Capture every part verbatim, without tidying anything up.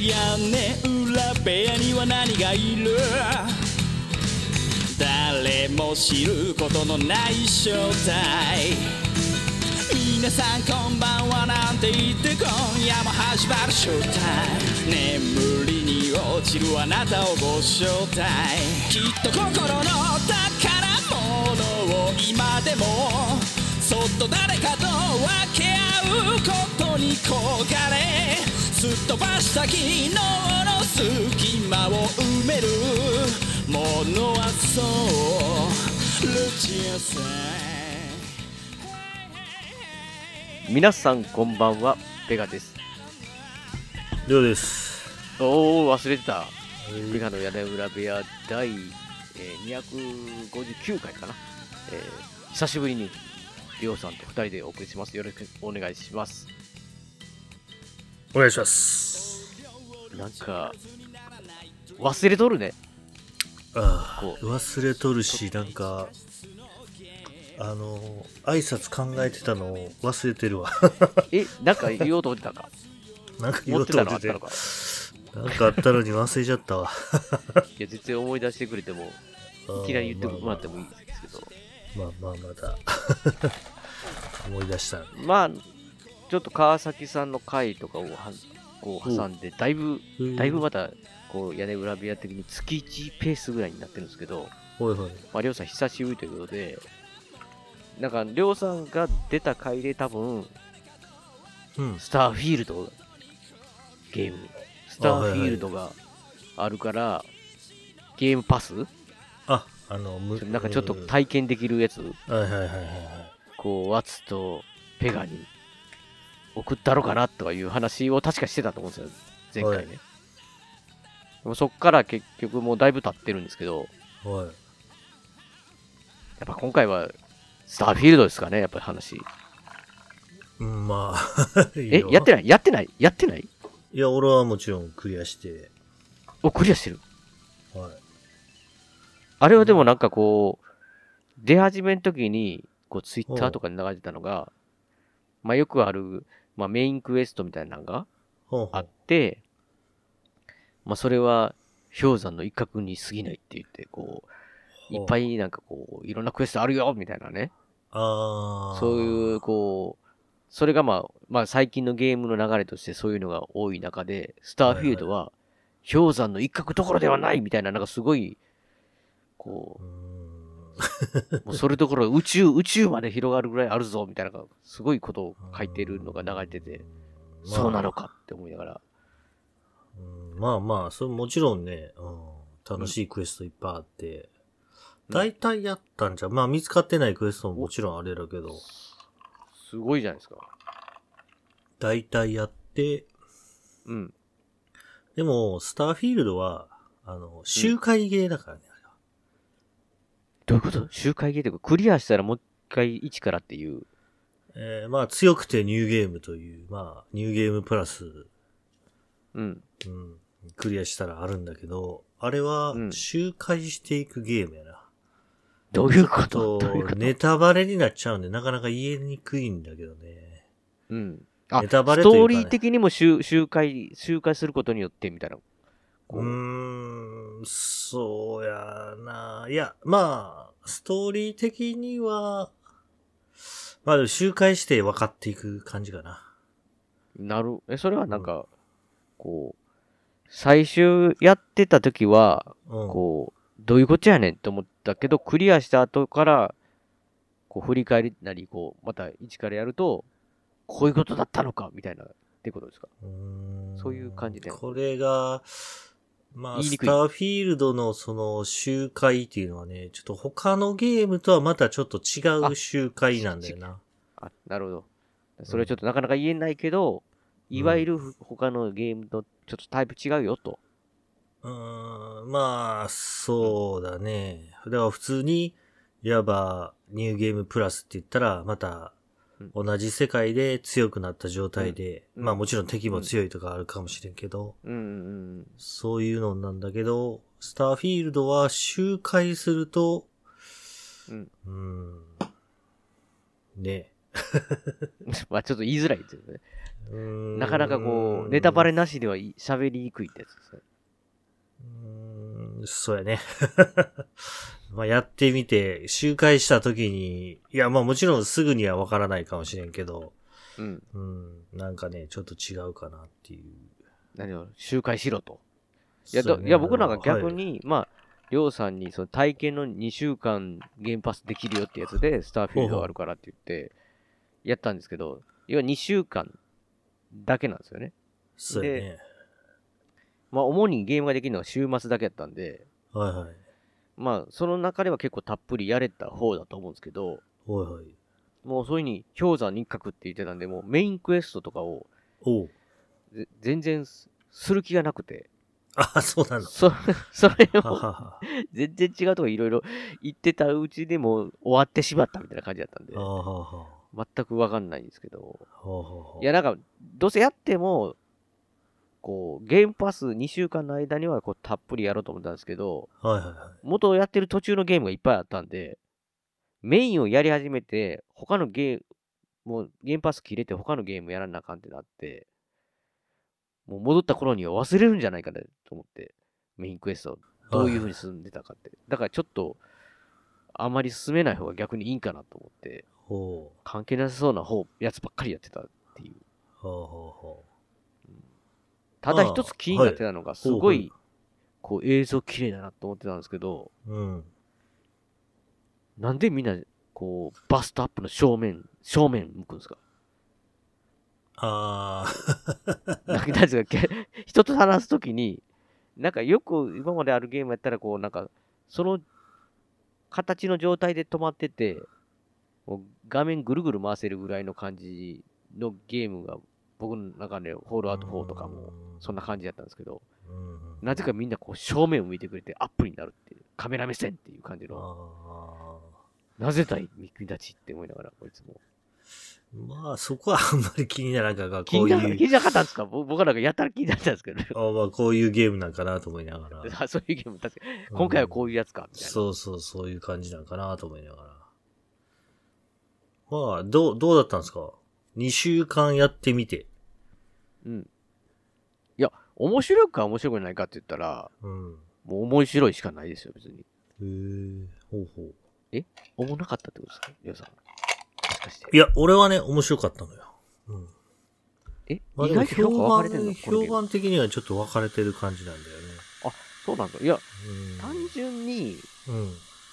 屋根裏部屋には何がいる？誰も知ることのない正体。皆さんこんばんはなんて言って今夜も始まるショータイム。眠りに落ちるあなたをご招待。きっと心の宝物を今でもそっと誰かと分け合うことに焦がれ、すっ飛ばした昨日の隙間を埋めるものはそうルチアさん。 皆さんこんばんは、ペガです。 りょうです。 おー、忘れてた。ペガの屋根裏部屋第、えー、にひゃくごじゅうきゅうかいかな、えー、久しぶりにりょうさんとふたりでお送りします。よろしくお願いします。 お願いします。 なんか忘れとるね。 ああ、忘れとるし、なんかあの挨拶考えてたのを忘れてるわ。 え、なんか言おうと思ってたか？ なんか言おうと思ってて、なんかあったのに忘れちゃったわ。 いや、全然思い出してくれてもいきなり言ってもらってもいいですけど、 まあまあまだ思い出した。 まあちょっと川崎さんの回とかをはこう挟んで、だいぶだいぶまたこう屋根裏部屋的に月いちペースぐらいになってるんですけど、 ほいほい、 まありょうさん久しぶりということで、なんかりょうさんが出た回で多分、うん、スターフィールドゲームスターフィールドがあるから、はいはい、ゲームパス、 あ、あのなんかちょっと体験できるやつ、 はいはいはいはい、 こうワッツとペガに送ったろかなとかいう話を確かしてたと思うんですよ、前回ね。はい、でもそっから結局もうだいぶ経ってるんですけど、はい、やっぱ今回はスターフィールドですかね、やっぱり話。 うん、まあいい。 え、やってないやってないやってないいや、俺はもちろんクリアして。 お、クリアしてる。 はい。 あれはでもなんかこう、出始めの時に、こうツイッターとかに流れてたのが、まあよくある、まあメインクエストみたいなのがあって、まあそれは氷山の一角に過ぎないって言って、こう、いっぱいなんかこう、いろんなクエストあるよみたいなね。 ああ。 そういう、こう、それがまあ、まあ最近のゲームの流れとしてそういうのが多い中で、スターフィールドは氷山の一角どころではないみたいな、なんかすごい、こう、もうそれどころ宇宙、宇宙まで広がるぐらいあるぞみたいな、すごいことを書いてるのが流れてて、そうなのかって思いながら。 うん、まあまあ、それもちろんね、うん、楽しいクエストいっぱいあって、大体やったんじゃ、まあ見つかってないクエストももちろんあれだけど、 すごいじゃないですか。 大体やって、 うん。 でも、スターフィールドは、あの、周回ゲーだからね、うん、あれは。 どういうこと？周回ゲーってクリアしたらもう一回一からっていう。 えー、まあ強くてニューゲームという、まあ、ニューゲームプラス、 うん。 うん。クリアしたらあるんだけど、あれは、周回していくゲームやな。うん、 どういうことどういうこと？ ネタバレになっちゃうんで、なかなか言いにくいんだけどね。 うん。あ、 ネタバレというか、ね、 ストーリー的にも周回、周回することによってみたいな。 うーん、そうやな。いや、まあ、ストーリー的には、まあでも周回して分かっていく感じかな。 なる。え、それはなんか、うん、こう、最初やってた時は、うん、こう、どういうことやねんって思ったけど、クリアした後から、こう、振り返りなり、こう、また一からやると、こういうことだったのか、みたいな、ってことですか？うーん、そういう感じで。 これが、まあ、スターフィールドのその周回っていうのはね、ちょっと他のゲームとはまたちょっと違う周回なんだよな。 あ、なるほど。それはちょっとなかなか言えないけど、うん、いわゆる他のゲームとちょっとタイプ違うよと。 うーん、まあ、そうだね。だから普通に、いわばニューゲームプラスって言ったら、また同じ世界で強くなった状態で、うん、まあもちろん敵も強いとかあるかもしれんけど、うんうんうん、そういうのなんだけど、スターフィールドは周回すると、うん、うーんねまあちょっと言いづらいですよね。 うーんなかなかこう、ネタバレなしでは喋りにくいってやつですね。 うーん、そうやね。まあやってみて、周回した時に、いやまあもちろんすぐにはわからないかもしれんけど、 うん。 うん、なんかね、ちょっと違うかなっていう。 何を周回しろと。いや、 そうねいや僕なんか逆はいに、まあ、りょうさんにその体験のにしゅうかんゲームパスできるよってやつで、スターフィールドがあるからって言って、やったんですけど、要はにしゅうかんだけなんですよね。 そうやね。 まあ、主にゲームができるのは週末だけやったんで、 はいはい。 まあ、その中では結構たっぷりやれた方だと思うんですけど、 はいはい。 もうそういうふうに氷山日角って言ってたんで、もうメインクエストとかをおう。 ぜ全然すする気がなくて、 あ、そうなの。 そそれはをはは。 全然違うとこいろいろ言ってたうちでもう終わってしまったみたいな感じだったんでは、あはあはあ。 全くわかんないんですけど、 はあはあはあ。 いやなんか、どうせやっても、こう、ゲームパスにしゅうかんの間にはこうたっぷりやろうと思ったんですけど、 はいはいはい。 元やってる途中のゲームがいっぱいあったんで、メインをやり始めて、他のゲーム、もうゲームパス切れて他のゲームやらなあかんってなって、もう戻った頃には忘れるんじゃないかなと思って、メインクエストどういう風に進んでたかって。だからちょっと、あまり進めない方が逆にいいんかなと思って、 ほう。 関係なさそうな方、やつばっかりやってたっていう。 はあはあはただ一つ気になってたのが、すごはいい、こう映像綺麗だなと思ってたんですけど、 あ。うん。 なんでみんな、こう、バストアップの正面、正面向くんですか？ あなんか、なんですか、け人と話すときに、なんかよく今まであるゲームやったら、こう、なんか、その形の状態で止まってて、もう画面ぐるぐる回せるぐらいの感じのゲームが、僕の中で、ホールアウトフォーとかも、そんな感じだったんですけど、 ー。うん。 なぜかみんなこう正面を向いてくれてアップになるっていう、カメラ目線っていう感じの、 あなぜだい君たちって思いながら、こいつも。 あ。まあそこはあんまり気にならんかが、 気にならこういう。 気になかったんですか？僕僕はなんかやったら気になったんですけどね。 あまあこういうゲームなんかなと思いながら。 あそういうゲーム、確かに。今回はこういうやつか、みたいな。 そうそう、そういう感じなんかなと思いながら。まあ、どう、どうだったんですか？ に 週間やってみて。 うん。いや、面白いか面白くないかって言ったら、 うん。 もう面白いしかないですよ、別に。 へえ、ほうほう。 えおもなかったってことですか？りょうさん。もしかして。 いや、俺はね、面白かったのよ。うん。 え、 まあ、 意でも外と評価分かれてるのこのゲーム評判的にはちょっと分かれてる感じなんだよね。 あ、そうなんだ。いや、 うん。 単純に、 うん。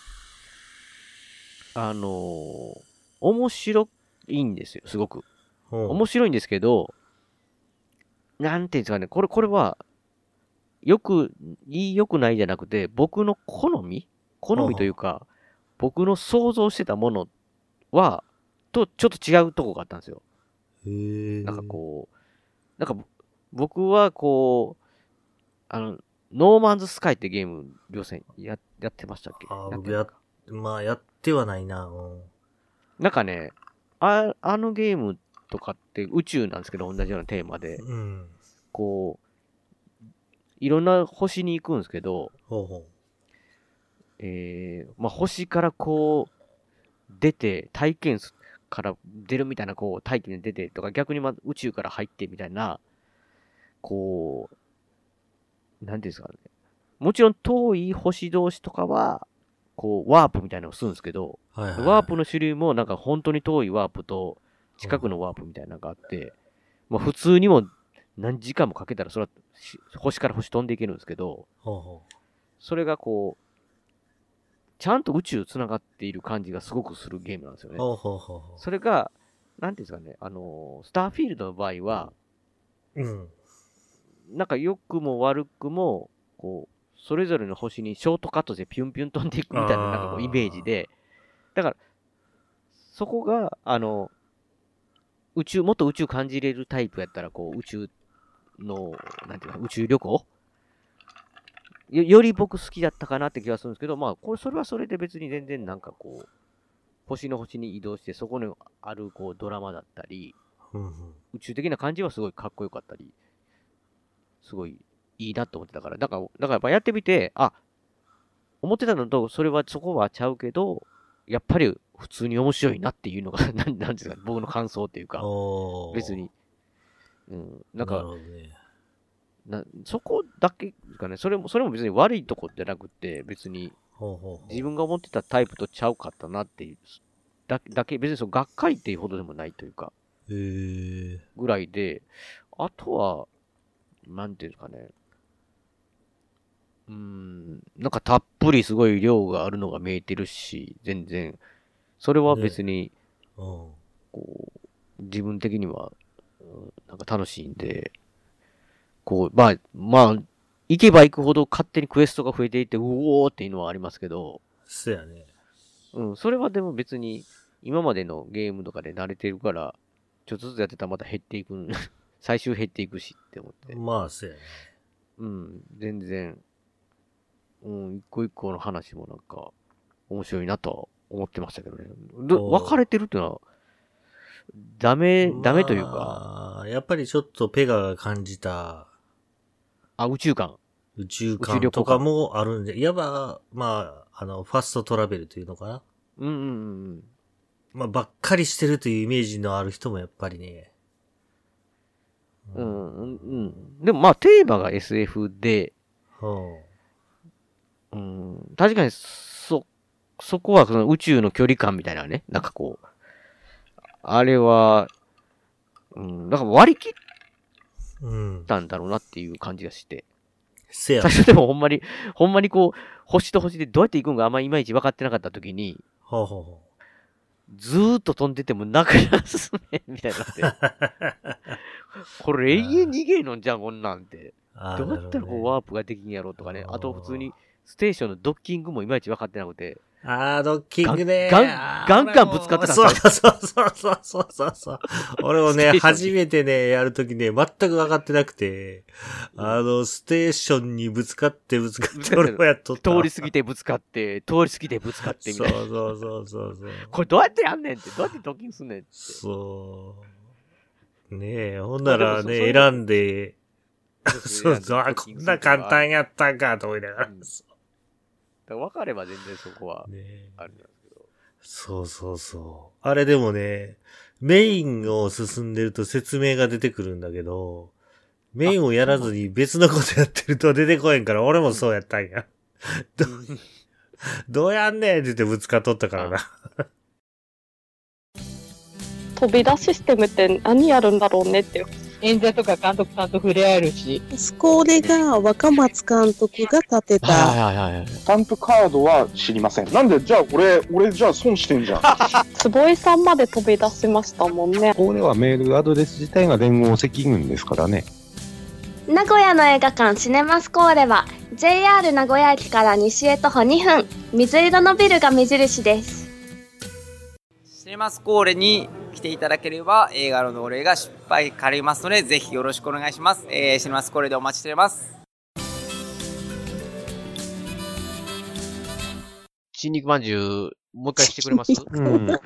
あのー、面白いんですよ、すごく。 ほう面白いんですけど、なんていうんですかね、これ、これは、よく、いいよくないじゃなくて、僕の好み好みというか、僕の想像してたものは、と、ちょっと違うとこがあったんですよ。 へえ。 なんかこう、なんか、僕はこう、あの、ノーマンズスカイってゲーム、両戦や、やってましたっけ？ ああ、 やって僕やんのか、 まあ、やってはないな。うん。 なんかね、あ、あのゲームとかって宇宙なんですけど、同じようなテーマで、 うん。 こう、いろんな星に行くんですけど、 ほうほえー、まあ、星からこう、出て、体験から出るみたいな、こう、大気に出てとか、逆にま宇宙から入ってみたいな、こう、なんていうんですかね。もちろん遠い星同士とかは、こう、ワープみたいなのをするんですけど、 う。はいはい。 ワープの種類もなんか本当に遠いワープと近くのワープみたいなのがあって、まあ普通にも何時間もかけたらそれは星から星飛んでいけるんですけど、 ほうほそれがこう、ちゃんと宇宙繋がっている感じがすごくするゲームなんですよう。 ね。 ほうほうほうほそれが、なんていうんですかね、あの、スターフィールドの場合は、 う。うん。 なんか良くも悪くも、こう、それぞれの星にショートカットでピュンピュン飛んでいくみたいな、なんかこうイメージで、だから、そこが、あの、宇宙、もっと宇宙感じれるタイプやったら、こう、宇宙の、なんていうか、宇宙旅行よより僕好きだったかなって気がするんですけど、まあ、これ、それはそれで別に全然なんかこう、星の星に移動して、そこにあるこうドラマだったり、 うんうん。 宇宙的な感じはすごいかっこよかったり、すごいいいなと思ってたから、だから、だからやっぱやってみて、あ、思ってたのと、それは、そこはちゃうけど、やっぱり普通に面白いなっていうのが、なんなんですか、僕の感想っていうか、 おー別に。 うん。なんか、 なるほどね。 なそこだけですかね。それも、それも別に悪いとこじゃなくて、別にほうほうほう。 自分が思ってたタイプとちゃうかったなっていう、だだけ、別にそう、がっかりっていうほどでもないというか、 へー。 ぐらいで、あとは、なんていうんですかね。うーん、なんかたっぷりすごい量があるのが見えてるし、全然、それは別に、 うん。 こう、自分的には、うんなんか楽しいんで、こう、まあ、まあ、行けば行くほど勝手にクエストが増えていって、うおーっていうのはありますけど、 そやね。 うん、それはでも別に、今までのゲームとかで慣れてるから、ちょっとずつやってたらまた減っていく、最終減っていくしって思って。 まあ、そやね。 うん、全然、うん、一個一個の話もなんか、面白いなとは思ってましたけどね。どおー分かれてるっていうのは、ダメ、ダメというか、 まあ、やっぱりちょっとペガが感じたあ、宇宙感。 宇宙宇宙旅行感とかもあるんで、いわば、まあ、あの、ファストトラベルというのかな。 うんうんうんまあ、ばっかりしてるというイメージのある人もやっぱりね。 うん。うんうんうん。でもまあテーマが エスエフ で、 うん。 うん、確かにそ、そこはその宇宙の距離感みたいなね、なんかこう、あれは、うん、なんか割り切っうん。 たんだろうなっていう感じがして。 せや最。初でもほんまに、ほんまにこう、星と星でどうやって行くんかあんまいまいち分かってなかった時に、 ほうほうほずーっと飛んでても中には進めんみたいになって。これ永遠に逃げんのんじゃん、こんなんて。 あどうやったらこうワープができんやろうとかね。あと普通にステーションのドッキングもいまいち分かってなくて。 あー、ドッキングね。 ガンガンガンガンぶつかってたそうそうそうそうそうそうそう。俺もね、 ステーションに初めてね、やるときね、全く分かってなくて、あの、ステーションにぶつかってぶつかって俺もやっとった。 通り過ぎてぶつかって、通り過ぎてぶつかってみたいな。 そうそうそうそうそう。 これどうやってやんねんって、どうやってドッキングすんねんって。 そう。ねえ、ほんならまあでもそね、選んで、そうそう、あ、こんな簡単や。 やったんかと思いながら。 うんだから分かれば全然そこはねえあるんですけど。 そうそうそう。あれでもね、メインを進んでると説明が出てくるんだけど、メインをやらずに別のことやってると出てこへんから、俺もそうやったんや。どどうやんねんって言ってぶつかっとったからな。 飛び出システムって何やるんだろうねって演者とか監督さんと触れ合えるし。 これが若松監督が立てた。 はいはいはいはい。 スタンプカードは知りません。なんで、じゃあ俺、俺じゃあ損してんじゃん。 坪井さんまで飛び出しましたもんね。 これはメールアドレス自体が連合赤軍ですからね。 名古屋の映画館シネマスコーレは ジェイアール 名古屋駅から西へ徒歩にふん、水色のビルが目印です。 シネマスコーレに来ていただければ映画のお礼が失敗かりますので、ぜひよろしくお願いします。えー、シネマスコーレでお待ちしております。 新肉まんじゅう、もう一回してくれますうん。 確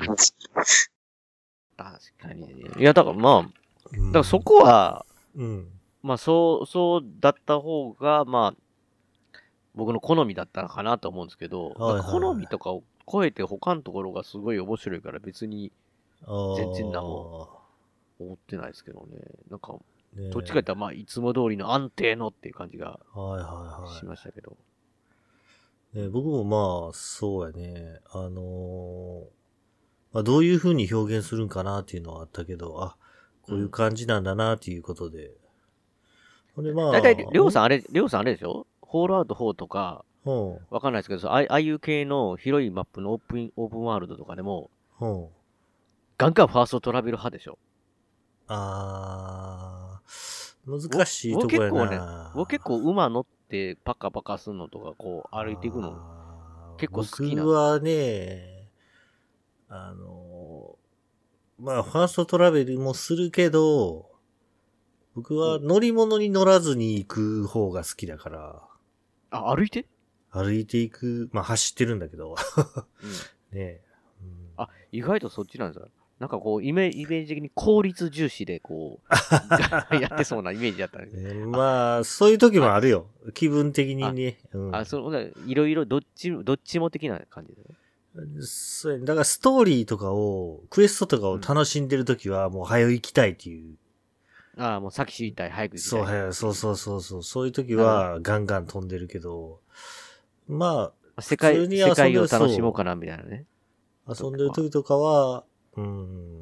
かに。いや、だからまあ、だからそこは、 うん。 まあそう、そうだった方が、まあ、僕の好みだったのかなと思うんですけど、 はいはいはい好みとかを超えて他のところがすごい面白いから別に全然何も思ってないですけどね。なんか、 ねえどっちか言ったらまあいつも通りの安定のっていう感じがはいはいはい。 しましたけど。 ね、僕もまあ、そうやね。あのーまあ、どういう風に表現するんかなっていうのはあったけど、あ、こういう感じなんだなっていうことで。ほんでまあ。 だいたい、りょうさんあれ、りょうさんあれでしょホールアウトフォーとか、 うん。 わかんないですけど、そうあああいう系の広いマップのオープン、オープンワールドとかでも、 うん。 ガンガンファーストトラベル派でしょ。 あー、難しいとこやな。 僕結構ね、僕結構馬乗ってパカパカするのとか、こう歩いていくのあー結構好きな僕はね、あの、まあ、ファーストトラベルもするけど、僕は乗り物に乗らずに行く方が好きだから、 あ、歩いて歩いていく、まあ走ってるんだけど、 うん。 ねえ。うんあ、意外とそっちなんですよ。なんかこう、イメイメージ的に効率重視で、こう、やってそうなイメージだったんですねまあ、そういう時もあるよ。気分的にね。うん、 あ、そう、いろいろどっち、どっちも的な感じだね。 そうやねだからストーリーとかを、クエストとかを楽しんでる時はもう早行きたいっていう。 ああ、もう先知りたい、早く行きたい。 そう、はい、そうそうそうそう。そういう時はガンガン飛んでるけど、まあ、 世界、 普通に遊んで世界を楽しもうかな、みたいなね。 遊んでる時とかは、うん、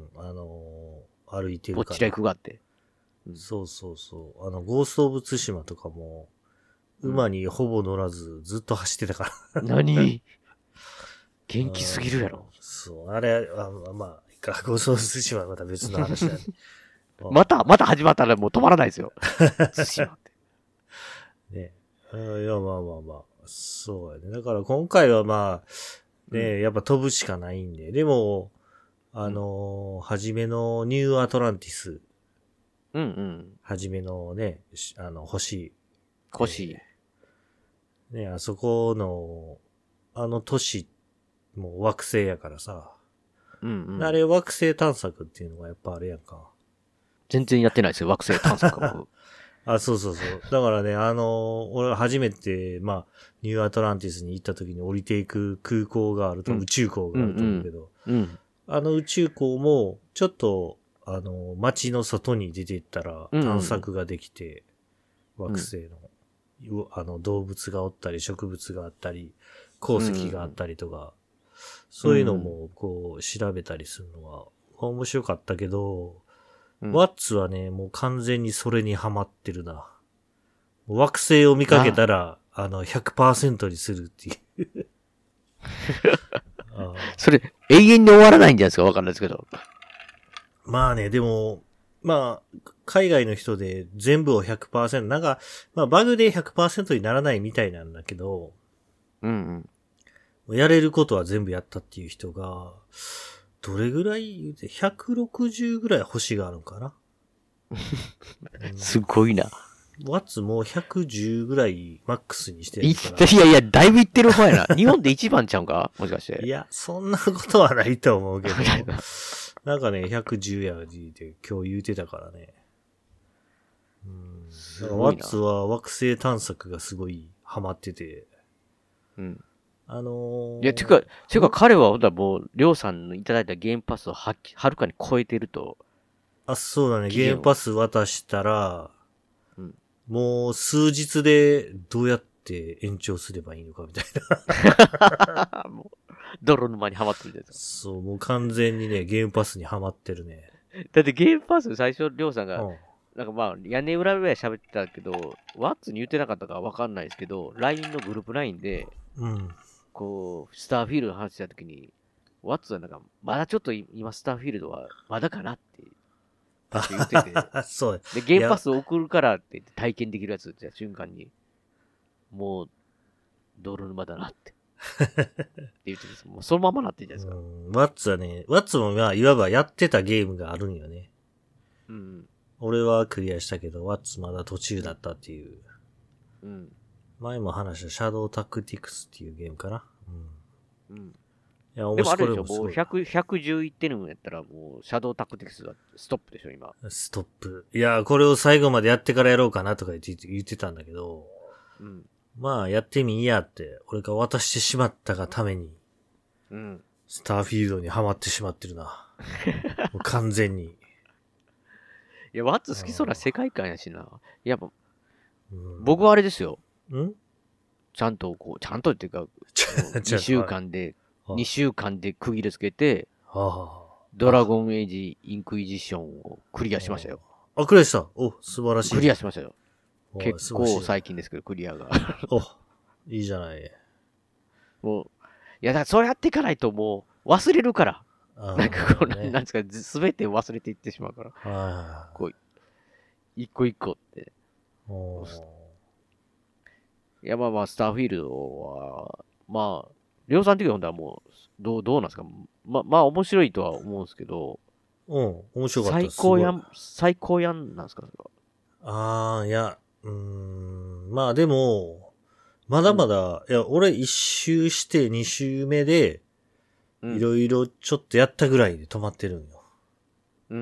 あのー、歩いてるから。 ぼっちら行くがあって。 うん、そうそうそう。あの、ゴースト・オブ・ツシマとかも、馬にほぼ乗らず、ずっと走ってたから。 何元気すぎるやろ。 そう、あれ、あまあ、いいか、ゴースト・オブ・ツシマはまた別の話だね。 また、また始まったらもう止まらないですよ。ツシマって。 ね。いや、まあまあまあ。そうやね。だから今回はまあ、ね、うん、やっぱ飛ぶしかないんで。でも、あのー、初めのニューアトランティス。 うんうん。 初めのね、あの、星。 星。 えー、ね、あそこの、あの都市、もう惑星やからさ。 うんうん。 あれ惑星探索っていうのがやっぱあれやんか。 全然やってないですよ、惑星探索は。 あ、そうそうそう。だからね、あのー、俺初めて、まあ、ニューアトランティスに行った時に降りていく空港があると、うん、宇宙港があると思うけど、 うんうんうん、 あの宇宙港も、ちょっと、あのー、街の外に出て行ったら探索ができて、うんうん、惑星の、うん、あの、動物がおったり、植物があったり、鉱石があったりとか、うん、そういうのも、こう、調べたりするのは、面白かったけど、うん、ワッツはね、もう完全にそれにハマってるな。惑星を見かけたら、あ, あの、ひゃくパーセント にするっていうあ。それ、永遠に終わらないんじゃないですか、わかんないですけど。 まあね、でも、まあ、海外の人で全部を ひゃくパーセント、なんか、まあ、バグで ひゃくパーセント にならないみたいなんだけど、 うんうん。やれることは全部やったっていう人が、どれぐらい言うて、ひゃくろくじゅうぐらい星があるんかな、 うん、すごいな。 ワッツもうひゃくじゅうぐらいマックスにしてるから。 いやいや、だいぶいってる方やな。日本で一番ちゃうんかもしかして。 いや、そんなことはないと思うけど。なんかね、ひゃくじゅうやで今日言うてたからね。うん。だからワッツは惑星探索がすごいハマってて。 うん。 あのー、 いや、てか、てか彼は、ほんとはもう、りょうさんのいただいたゲームパスをは、はるかに超えてると。 あ、そうだね。ゲームパス渡したら、うん、もう数日でどうやって延長すればいいのかみたいな。もう、泥沼にはまってるんです。 そう、もう完全にね、ゲームパスにはまってるね。 だってゲームパス最初、りょうさんが、うん、なんかまあ、屋根裏ぐらい喋ってたけど、ワッツに言ってなかったかわかんないですけど、ライン のグループラインで、 うん。 こう、スターフィールドの話したときに、ワッツはなんか、まだちょっと今スターフィールドはまだかなって言ってて。 そうで、ゲームパスを送るからって言って体験できるやつって瞬間に、もう、泥沼だなって。って言ってて、もうそのままなってんじゃないですか。 うん、ワッツはね、ワッツもまあ、いわばやってたゲームがあるんよね。 うん。 俺はクリアしたけど、ワッツまだ途中だったっていう。 うん。 前も話したシャドウタクティクスっていうゲームかな。 うん。うん。 いや、面白い。 でもあれでしょ、もうひゃく、ひゃくじゅういってるんやったら、もう、シャドウタクティクスはストップでしょ、今。 ストップ。いや、これを最後までやってからやろうかなとか言って言ってたんだけど、 うん。 まあ、やってみいやって、俺が渡してしまったがために、 うん。 スターフィールドにはまってしまってるな。もう完全に。 いや、ワッツ好きそうな世界観やしな。やっぱ、うん、僕はあれですよ。 んちゃんとこう、ちゃんとっていうか、にしゅうかんで、にしゅうかんで区切りつけて、 はあ、 ドラゴンエイジインクイジションをクリアしましたよ。 あ、クリアした。お、素晴らしい。 クリアしましたよ。結構最近ですけど、クリアが。 お、いいじゃない。 もう、いや、だからそうやっていかないともう忘れるから。なんかこう、ね、なんですか、すべて忘れていってしまうから。 はい。 こう、一個一個って。 おいや、まあまあ、スターフィールドは、まあ、りょうさん的にはもう、どう、どうなんですか。ま、まあ、面白いとは思うんですけど。 うん、面白かった。 最高やん、最高やんなんですか。 ああ、いや、うーん、まあでも、まだまだ、うん、いや、俺一周して二周目で、いろいろちょっとやったぐらいで止まってるんよ。 うん。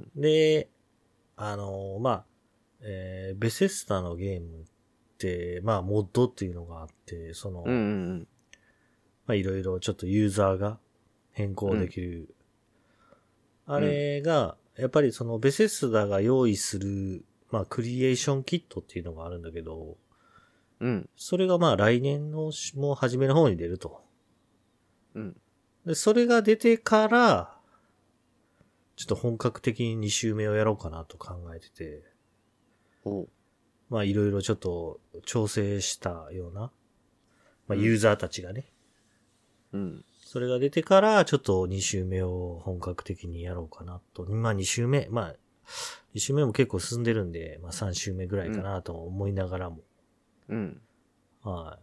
で、あのー、まあ、えー、ベセスタのゲームって、まあ、モッドっていうのがあって、その、 うんうんうん、 まあ、いろいろちょっとユーザーが変更できる。うん、あれが、 やっぱりそのベセスダが用意する、まあクリエーションキットっていうのがあるんだけど、 うん。 それがまあ来年のもう初めの方に出ると。 うん。 で、それが出てから、ちょっと本格的にに周目をやろうかなと考えてて、 おまあいろいろちょっと調整したような、まあユーザーたちがね、 うん。 それが出てからちょっとに周目を本格的にやろうかなと。まあに周目、まあに周目も結構進んでるんで、まあさん周目ぐらいかなと思いながらも。 うん。 はい。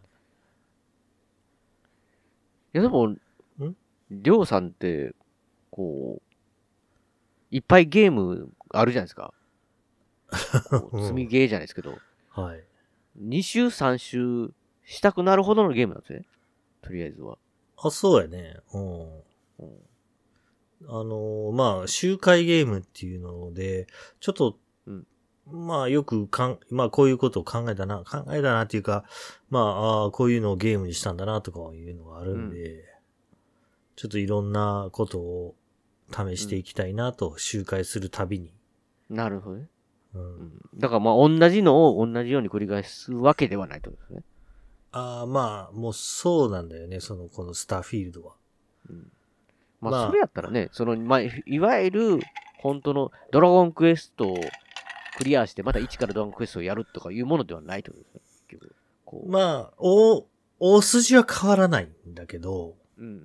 いやでも、んりょうさんって、こう、いっぱいゲームあるじゃないですか。積みゲーじゃないですけど。 はい。 に周さん周したくなるほどのゲームなんですね。とりあえずは。 あ、そうやね。うん。うん、あのー、まあ、周回ゲームっていうので、ちょっと、うん、まあ、よくかん、まあ、こういうことを考えたな、考えたなっていうか、まあ、あこういうのをゲームにしたんだなとかいうのがあるんで、うん、ちょっといろんなことを試していきたいなと、周回するたびに。 なるほどね。うん。だからまあ、同じのを同じように繰り返すわけではないとですね。 ああ、まあ、もうそうなんだよね、その、このスターフィールドは。 うん。まあ、まあ、それやったらね、その、まあ、いわゆる、本当のドラゴンクエストをクリアして、また一からドラゴンクエストをやるとかいうものではないということですね、結局。こう。 まあ、大、大筋は変わらないんだけど、 うんうんうん。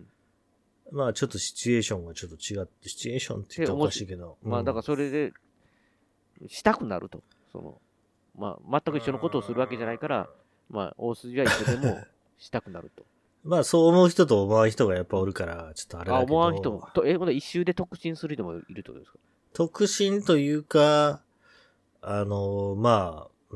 まあ、ちょっとシチュエーションがちょっと違って、シチュエーションって言ったらおかしいけど。 まあ、だからそれで、したくなると。その、まあ、全く一緒のことをするわけじゃないから、まあ、大筋は一緒でもしたくなると。 まあ、そう思う人と思わん人がやっぱおるから、ちょっとあれだけど。 あ、思わん人も。とえ、ほんと一周で特進する人もいるってことですか？ 特進というか、あの、まあ、うん、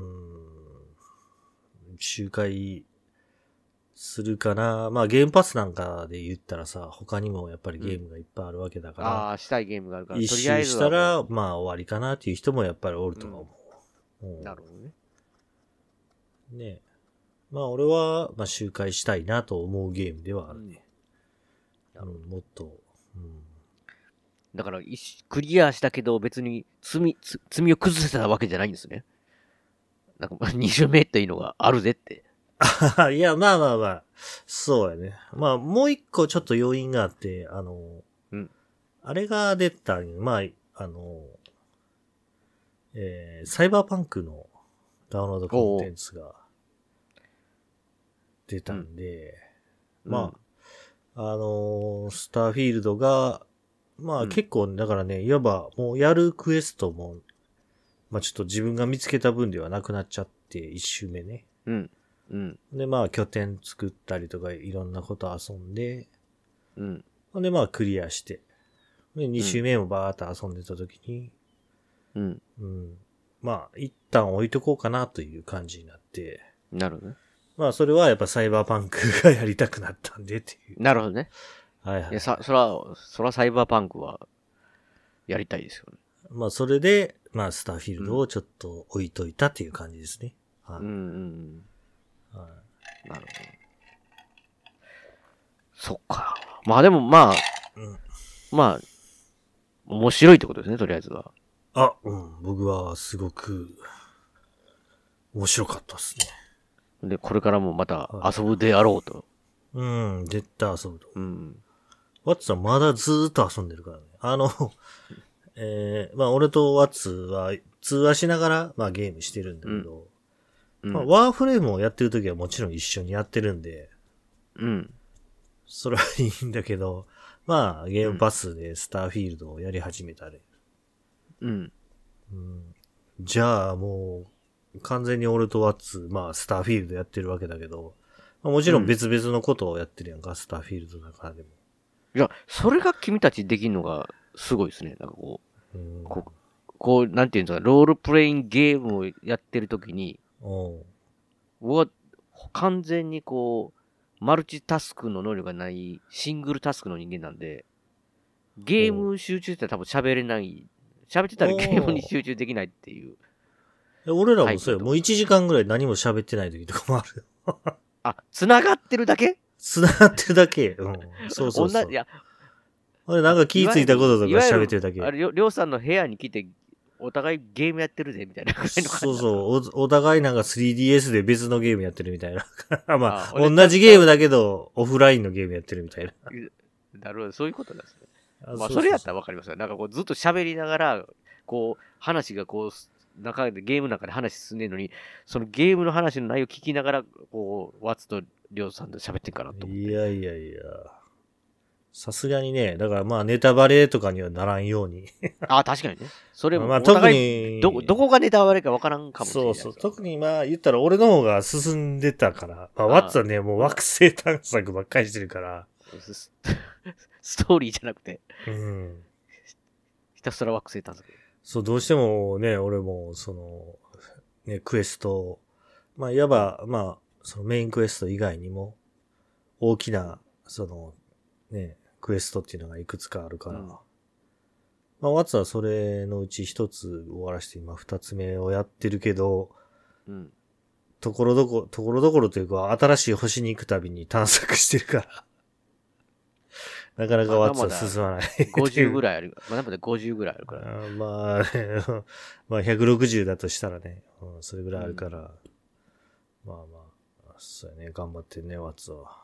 周回するかな。まあ、ゲームパスなんかで言ったらさ、他にもやっぱりゲームがいっぱいあるわけだから。 うん、ああ、したいゲームがあるから。 一周したら、まあ、終わりかなっていう人もやっぱりおると思う。 うんうん、なるほどね。 ねえ。まあ俺は、まあ周回したいなと思うゲームではあるね。うん、うん、もっと、うん。 だから、クリアしたけど別に罪、罪を崩せたわけじゃないんですね。なんか、に周目っていうのがあるぜって。 いや、まあまあまあ、そうやね。まあもう一個ちょっと要因があって、あの、 うん。 あれが出た、まあ、あの、えー、サイバーパンクのダウンロードコンテンツが出たんで、うん、まあ、うん、あのー、スターフィールドが、まあ結構、だからね、いわばもうやるクエストも、まあちょっと自分が見つけた分ではなくなっちゃって、一周目ね。 うん。うん。 で、まあ拠点作ったりとかいろんなこと遊んで、 うん。 で、まあクリアして、で、二周目もバーっと遊んでた時に、 うん。 うん。まあ、一旦置いとこうかなという感じになって。 なるほどね。 まあ、それはやっぱサイバーパンクがやりたくなったんでっていう。 なるほどね。 はいはい。 いや、さ、そら、そらサイバーパンクは、やりたいですよね。 まあ、それで、まあ、スターフィールドをちょっと置いといたっていう感じですね。 うん、はい、うんうんうん。 はい。 なるほど。そっか。まあでも、まあ、うん、まあ、面白いってことですね、とりあえずは。 あ、うん。僕はすごく面白かったですね。で、これからもまた遊ぶであろうと。 はい、うん、絶対遊ぶと。 うん。 ワッツはまだずーっと遊んでるからね。あの、えー、まあ俺とワッツは通話しながら、まあゲームしてるんだけど、うん、まあワーフレームをやってるときはもちろん一緒にやってるんで、 うん。 それはいいんだけど、まあゲームパスでスターフィールドをやり始めたり。 うん。 うん、じゃあもう、完全に俺とワッツ、まあスターフィールドやってるわけだけど、まあ、もちろん別々のことをやってるやんか、うん、スターフィールドだからでも。 いや、それが君たちできるのがすごいですね。なんかこう、うん、こう、こうなんていうんですか、ロールプレインゲームをやってるときに、僕は完全にこう、マルチタスクの能力がないシングルタスクの人間なんで、ゲーム集中してたら多分喋れない。喋ってたらゲームに集中できないっていう。 俺らもそうよ。もういちじかんぐらい何も喋ってない時とかもあるよ。 あ、繋がってるだけ繋がってるだけ。うん。そうそうそう。 同じ、いや、 俺なんか気ぃついたこととか喋ってるだけ。 あれ、りょうさんの部屋に来て、お互いゲームやってるぜ、みたいな感じの感じ。 そうそうお。お互いなんか スリーディーエス で別のゲームやってるみたいな。まあ、あ同じゲームだけど、オフラインのゲームやってるみたいな。 なるほど、そういうことなんですね。あまあ、それやったらわかりますよ。なんかこう、ずっと喋りながら、こう、話がこう、中で、ゲームの中で話進んでるのに、そのゲームの話の内容を聞きながら、こう、ワッツとりょうさんと喋ってんかなと思って。 いやいやいや。さすがにね、だからまあネタバレとかにはならんように。 ああ、確かにね。それも、 まあ特に、 ど、どこがネタバレかわからんかもしれない。 そうそう。特にまあ言ったら俺の方が進んでたから。まあ、ワッツはね、もう惑星探索ばっかりしてるから。 ストーリーじゃなくて。 うん。 ひたすら惑星探索。 そう、どうしてもね、俺も、その、ね、クエスト、まあ、いわば、まあ、そのメインクエスト以外にも、大きな、その、ね、クエストっていうのがいくつかあるから、うん、まあ、ワッツはそれのうち一つ終わらして今二つ目をやってるけど、うん、ところどころ、ところどころというか、新しい星に行くたびに探索してるから、なかなかワッツは進まない。 ごじゅうぐらいある。まだまだごじゅうぐらいあるから。 あまあ、ね、まあひゃくろくじゅうだとしたらね、うん、それぐらいあるから、うん、まあまあ、そうやね、頑張ってね、ワッツは。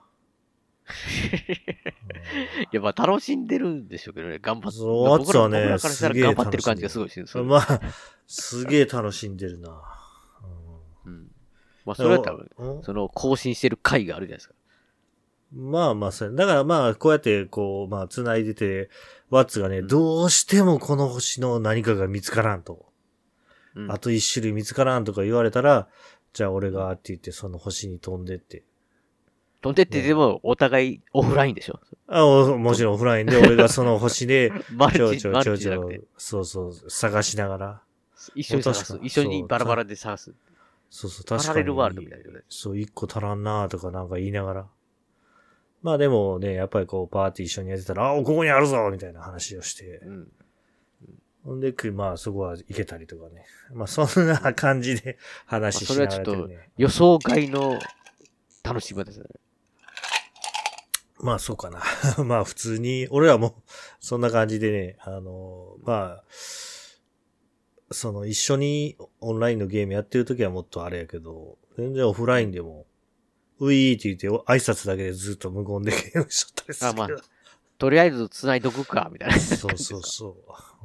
いや、まあ楽しんでるんでしょうけどね、頑張って。 そう、ワッツはね、 すげえ頑張ってる感じがすごいし、 まあ、すげえ楽しんでるな。 うん。うん、まあ、それは多分、その、更新してる回があるじゃないですか。 まあまあ、それ。だからまあ、こうやって、こう、まあ、繋いでて、ワッツがね、うん、どうしてもこの星の何かが見つからんと。うん、あと一種類見つからんとか言われたら、じゃあ俺がって言って、その星に飛んでって。 飛んでってでも、お互いオフラインでしょ、 あもちろんオフラインで、俺がその星で、 マルチ、 ちょちょちょちょマルチじゃなくて。 そうそう、探しながら。 一緒に探す。一緒にバラバラで探す。 そうそう、確かに。 パラレルワールドみたいなね。 そう、一個足らんなとかなんか言いながら。まあでもね、やっぱりこう、パーティー一緒にやってたら、あ、ここにあるぞみたいな話をして。うん。ほんで、まあそこは行けたりとかね。まあそんな感じで話しながら、ね。 まあ、それはちょっと予想外の楽しみですね。 まあそうかな。まあ普通に、俺はもう、そんな感じでね、あの、まあ、その一緒にオンラインのゲームやってるときはもっとあれやけど、全然オフラインでも、ウィーって言って挨拶だけでずっと無言でゲームしとったりする。 あ、まあ、とりあえず繋いどくか、みたいな。 そうそうそう。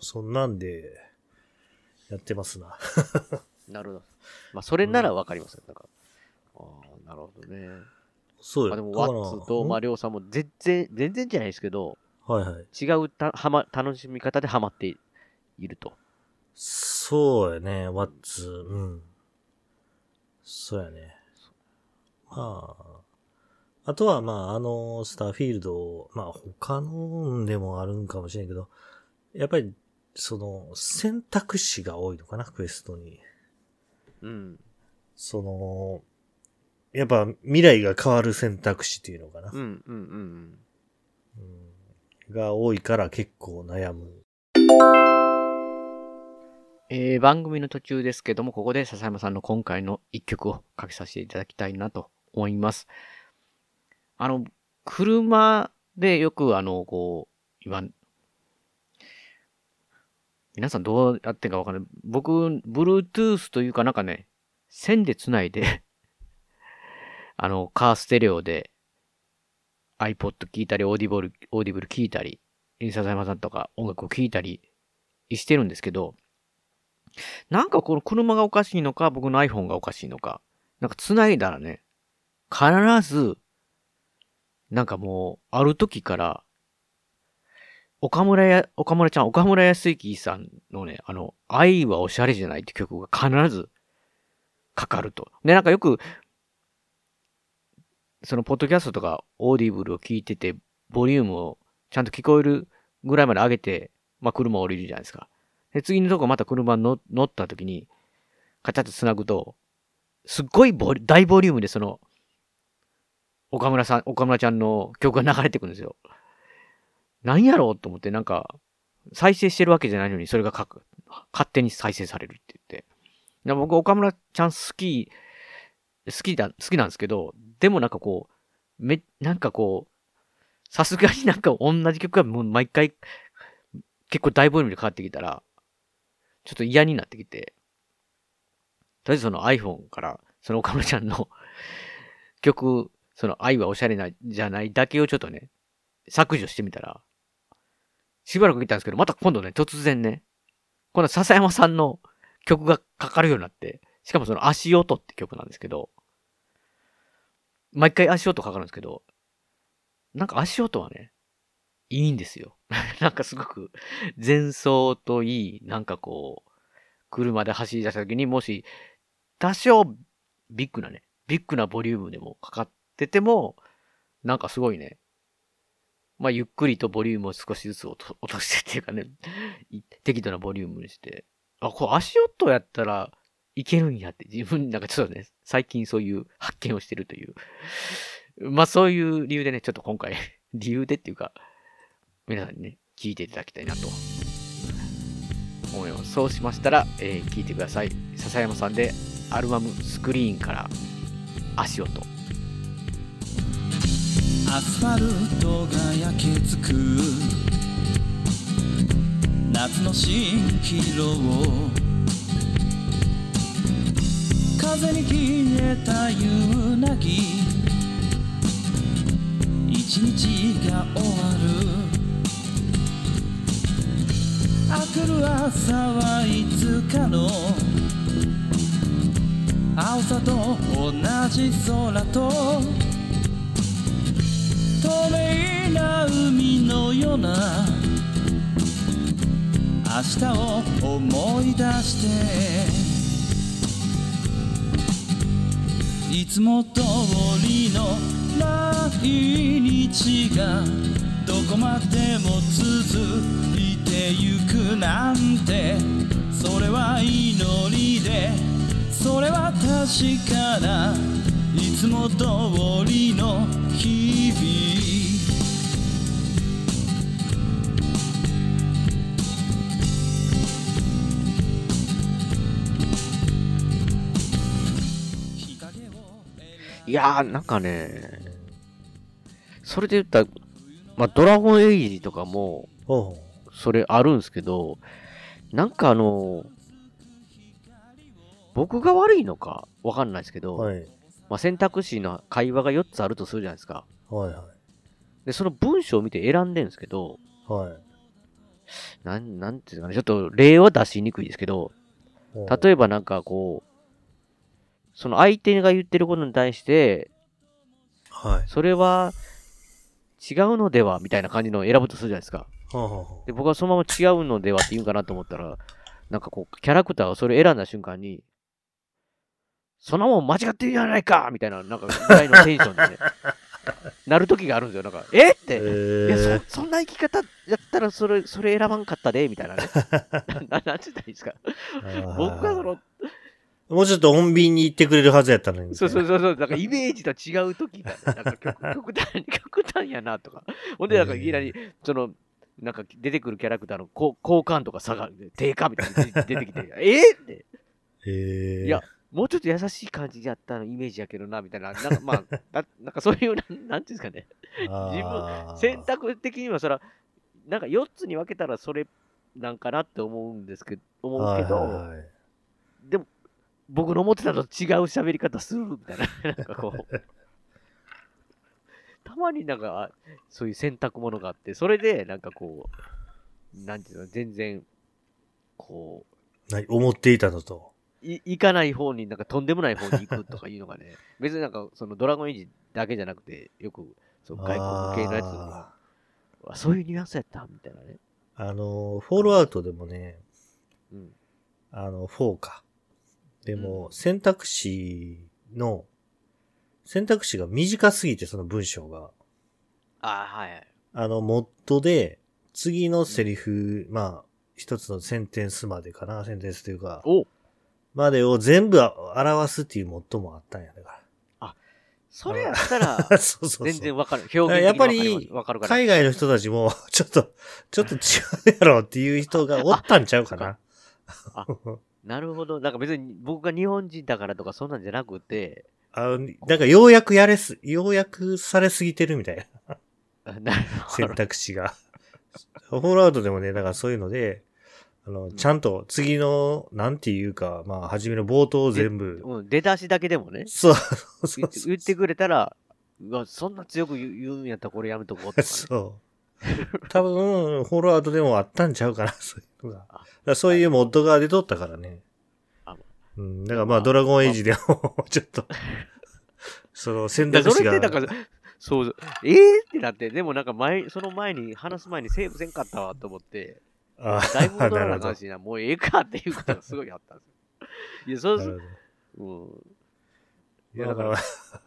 そんなんで、やってますな。 なるほど。まあそれならわかりますよ。なんか、ああ、なるほどね。 そうよ。 まあ、でも、ワッツと、まあ、りょうさんも全然、全然じゃないですけど、 はいはい。 違うた、はま、楽しみ方でハマっていると。 そうやね、ワッツ、うん。そうやね。まあ、あとは、まあ、あの、スターフィールド、まあ、他のでもあるんかもしれんけど、やっぱり、その、選択肢が多いのかな、クエストに。 うん。 その、やっぱ未来が変わる選択肢っていうのかな。 うんうんうんうん。 うん、が多いから結構悩む。 えー、番組の途中ですけども、ここで笹山さんの今回の一曲をかけさせていただきたいなと思います。あの、車でよくあの、こう、今、皆さんどうやってんかわかんない。僕、Bluetooth というかなんかね、線で繋いで、あの、カーステレオで iPod 聞いたり、オーディブル、オーディブル聞いたり、笹山さんとか音楽を聞いたりしてるんですけど、なんかこの車がおかしいのか、僕の iPhone がおかしいのか、なんか繋いだらね、必ず、なんかもう、ある時から、岡村や、岡村ちゃん、岡村康之さんのね、あの、愛はおしゃれじゃないって曲が必ずかかると。で、なんかよく、そのポッドキャストとかオーディブルを聞いてて、ボリュームをちゃんと聞こえるぐらいまで上げて、まあ車を降りるじゃないですか。で、次のとこまた車に乗った時に、カチャッと繋ぐと、すっごいボリ大ボリュームでその、岡村さん、岡村ちゃんの曲が流れてくるんですよ。何やろうと思って、なんか、再生してるわけじゃないのに、それがかく勝手に再生されるって言って。で僕、岡村ちゃん好き、好きだ、好きなんですけど、でもなんかこう、め、なんかこう、 さすがになんか同じ曲がもう毎回結構大ボリュームで変わってきたら、ちょっと嫌になってきて、とりあえずその iPhone からその岡村ちゃんの曲、その愛はおしゃれなじゃないだけをちょっとね、削除してみたら、しばらく見たんですけど、また今度ね、突然ね、今度笹山さんの曲がかかるようになって、しかもその足音って曲なんですけど、毎回足音かかるんですけど、なんか足音はね、いいんですよ。なんかすごく前奏といい、なんかこう、車で走り出した時にもし、多少ビッグなね、ビッグなボリュームでもかかってても、なんかすごいね、まあゆっくりとボリュームを少しずつ落と落としてっていうかね、適度なボリュームにして、あ、こう足音やったらいけるんやって自分なんかちょっとね、最近そういう発見をしてるという。まあそういう理由でね、ちょっと今回、理由でっていうか、皆さんにね、聞いていただきたいなと思います。そうしましたら、えー、聞いてください。笹山さんでアルバムスクリーンから足音。 アスファルトが焼けつく夏の蜃気楼、風に消えた夕凪、一日が終わる。明くる朝はいつかの青さと同じ空と透明な海のような明日を思い出して、いつも通りの毎日がどこまでも続いてゆくなんて、それは祈りで、それは確かな、いつも通りの日々。 いやー、なんかね、それで言ったら、まあ、ドラゴンエイジとかも、それあるんですけど、なんかあの、僕が悪いのかわかんないですけど、はい、まあ、選択肢の会話がよっつあるとするじゃないですか。はいはい。で、その文章を見て選んでるんですけど、はい。なん、なんていうかね、ちょっと例は出しにくいですけど、例えばなんかこう、その相手が言ってることに対して、はい。それは違うのではみたいな感じのを選ぶとするじゃないですか。はあはあ、で、僕はそのまま違うのではって言うんかなと思ったら、なんかこう、キャラクターがそれ選んだ瞬間に、そんなもん間違ってるじゃないかみたいな、なんかぐらいのテンションでね、なる時があるんですよ。なんか、えって、えー、いやそ、そんな生き方やったらそれ、それ選ばんかったで、みたいなね。な、なんて言ったらいいですか。僕はその、 もうちょっと穏便に言ってくれるはずやったのに。 そうそうそうそう。なんかイメージと違う時が、ね、なんか極極端、極端やなとか。ほんで、なんかいきなり、その、なんか出てくるキャラクターの好感度が下がる、低下みたいな出てきて、えー、って。 へー。 いや、もうちょっと優しい感じやったのイメージやけどな、みたいな。なんかまあ、な, なんかそういう、なん、なんていうんですかね。自分、選択的にはそら、なんかよっつに分けたらそれなんかなって思うんですけど、思うけど、はいはい、でも、僕の思ってたのと違う喋り方するみたいな。なんかこう。たまになんか、そういう選択ものがあって、それで、なんかこう、なんていうの、全然、こう。何思っていたのと。 い、行かない方に、なんかとんでもない方に行くとかいうのがね、別になんか、そのドラゴンエイジだけじゃなくて、よく、そう外国向けのやつとそういうニュアンスやったみたいなね。 あの、フォールアウトでもね、うん。あの、フォーか。でも、うん、選択肢の、選択肢が短すぎて、その文章が。 ああ、はい。 あの、モッドで、次のセリフ、うん、まあ、一つのセンテンスまでかな、センテンスというか、 おまでを全部表すっていうモッドもあったんや、だから。 あ、それやったら、 そうそうそう全然わかる。表現的にわかる。 やっぱり、海外の人たちも、ちょっと、ちょっと違うやろっていう人がおったんちゃうかな。 あなるほど。なんか別に僕が日本人だからとかそんなんじゃなくて。 あの、なんかようやくやれす、ようやくされすぎてるみたいな。 選択肢が。フォールアウトでもね、だからそういうので、あの、ちゃんと次の、なんていうか、まあ、初めの冒頭を全部。 うん、出だしだけでもね。 そうそうそう言ってくれたら、うわ、そんな強く言うんやったらこれやめとこうとか、ね。 そう。多分、フォールアウトでもあったんちゃうかな、そういうのが。だからそういうモッドが出とったからね。うん、だからまあ、ドラゴンエイジでも、ちょっと、その選択肢が。 それってなんか、そう、えーってなって、でもなんか前、その前に、話す前にセーブせんかったわと思って、 ああ、 だいぶ戻らなあかんしな、もうええかっていうことがすごいあったんですよ。いや、そうする。うん。 いや、だから、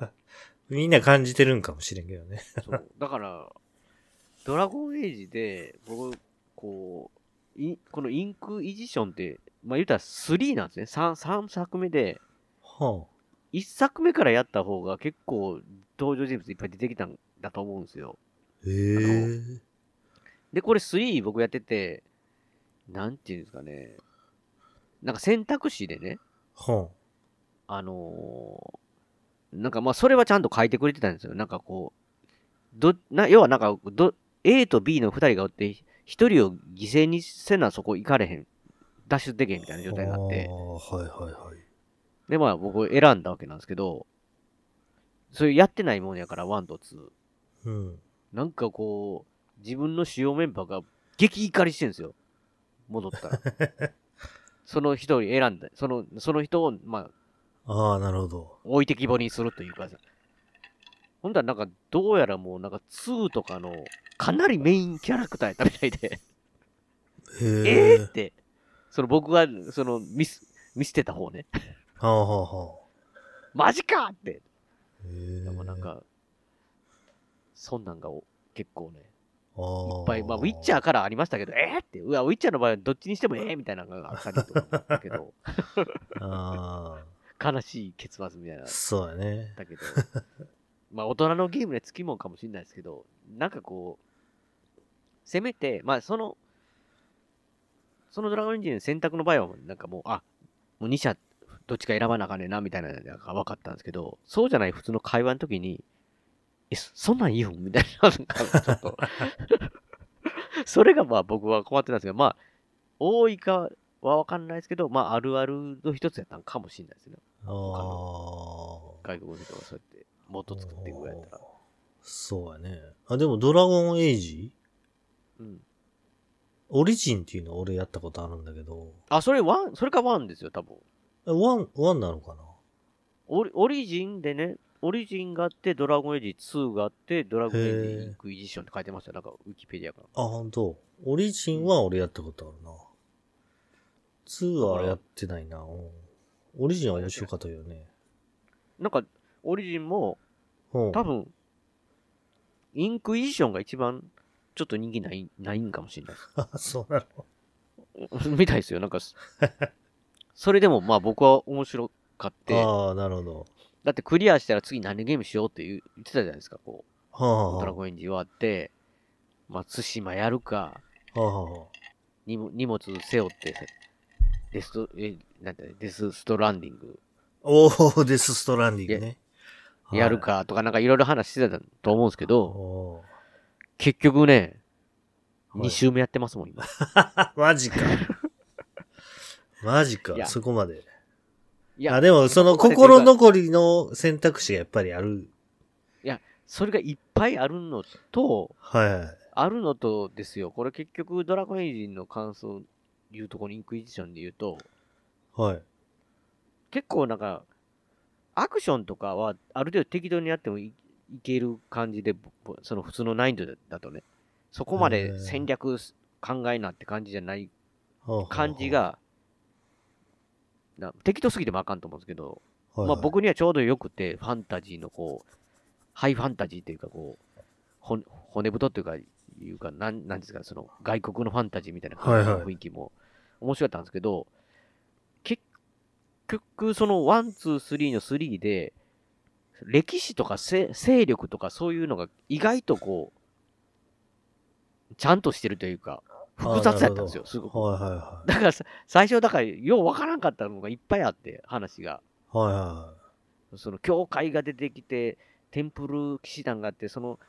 みんな感じてるんかもしれんけどね。 そう。だから、ドラゴンエイジで、僕、こう、いこのインクエディションって、まあ言うたらスリーなんですね。さん、三作目で、 はあ、 いっさくめからやった方が結構登場人物いっぱい出てきたんだと思うんですよ。 へえ。 で、これスリー僕やってて、なんていうんですかね。なんか選択肢でね、 はあ、あのー、なんかまあそれはちゃんと書いてくれてたんですよ。なんかこう、ど、な、要はなんか、ど、A と B のふたりがおって、ひとりを犠牲にせなそこ行かれへん。脱出できへんみたいな状態になって。 はいはいはい。 で、まあ僕選んだわけなんですけど、それやってないもんやから、ワンとツー。 うん。 なんかこう、自分の主要メンバーが激怒りしてるんですよ。戻ったら。その一人選んだ。その、その人を、まあ。ああ、なるほど。 置いてきぼりにするというかさ。ほんだらなんか、どうやらもうなんかツーとかの、かなりメインキャラクターやったみたいで。 へえーって。その僕が、その、見す、見捨てた方ね。 はあはあはあ。 マジかって。 へでもなんか、そんなんが結構ね、 あいっぱい、まあ、ウィッチャーからありましたけど、えー、って、うわ、ウィッチャーの場合はどっちにしてもええー、みたいなのがあったりとかだけど、 あ悲しい結末みたいな。 そうやね。 だけど、まあ、大人のゲームでつきもんかもしれないですけど、なんかこう、せめて、まあ、その、そのドラゴンエンジン選択の場合は、なんかもう、あ、もうに社、どっちか選ばなあかんねんな、みたいなのが分かったんですけど、そうじゃない普通の会話の時に、え、そんなんいいよみたいな、なんかちょっと、それがまあ僕は困ってたんですけど、まあ、多いかは分かんないですけど、まあ、あるあるの一つやったんかもしれないですね。 ああ。 外国の人がそうやって、もっと作っていくぐらいやったら。 そうやね。あ、でもドラゴンエイジうん。 オリジンっていうの俺やったことあるんだけど。 あ、それワン、それかワンですよ、多分。 ワン、ワンなのかなオリ、オリジンでね、オリジンがあって、ドラゴンエイジツーがあって、ドラゴンエイジインクエディションって書いてました。なんか、ウィキペディアから。 あ、ほんと。オリジンは俺やったことあるな。ツーはやってないな。オリジンは面白かったよね。 なんか、オリジンも、 多分、インクエディションが一番、ちょっと人気ない、ないんかもしれないです。 あ、そうなのみたいですよ。なんか、それでもまあ僕は面白かって。 ああ、なるほど。 だってクリアしたら次何ゲームしようって言ってたじゃないですか、こう。 はあはあ、 ドラゴンエンジン終わって、まあ、対馬やるか、 はあはあ、 荷物背負って、デスト、え、なんて、デスストランディング。 おー、デスストランディングね。 や, やるかとかなんかいろいろ話してたと思うんですけど、結局ね、に周目やってますもん、今。 マジか。マジか、そこまで。 いや、 あ、でもその心残りの選択肢がやっぱりある。 いや、それがいっぱいあるのと、 はいはい。 あるのとですよ。これ結局ドラゴンエイジンの感想言うとこにインクエディションで言うと、 はい。 結構なんか、アクションとかはある程度適当にやっても い, いける感じで、その普通の難易度だとね、そこまで戦略考えなって感じじゃない感じが、な適当すぎてもあかんと思うんですけど、はいはい、まあ僕にはちょうどよくて、ファンタジーのこう、ハイファンタジーというかこう、ほ骨太というか、いうか、なん、なんですか、その外国のファンタジーみたいな雰囲気も面白かったんですけど、はいはい、結局そのワン、ツー、スリーのスリーで、歴史とか勢力とかそういうのが意外とこう、ちゃんとしてるというか、複雑だったんですよ、すごく。はいはいはい、だから最初、だから、ようわからんかったのがいっぱいあって、話が。 はいはい。 その、教会が出てきて、テンプル騎士団があって、その、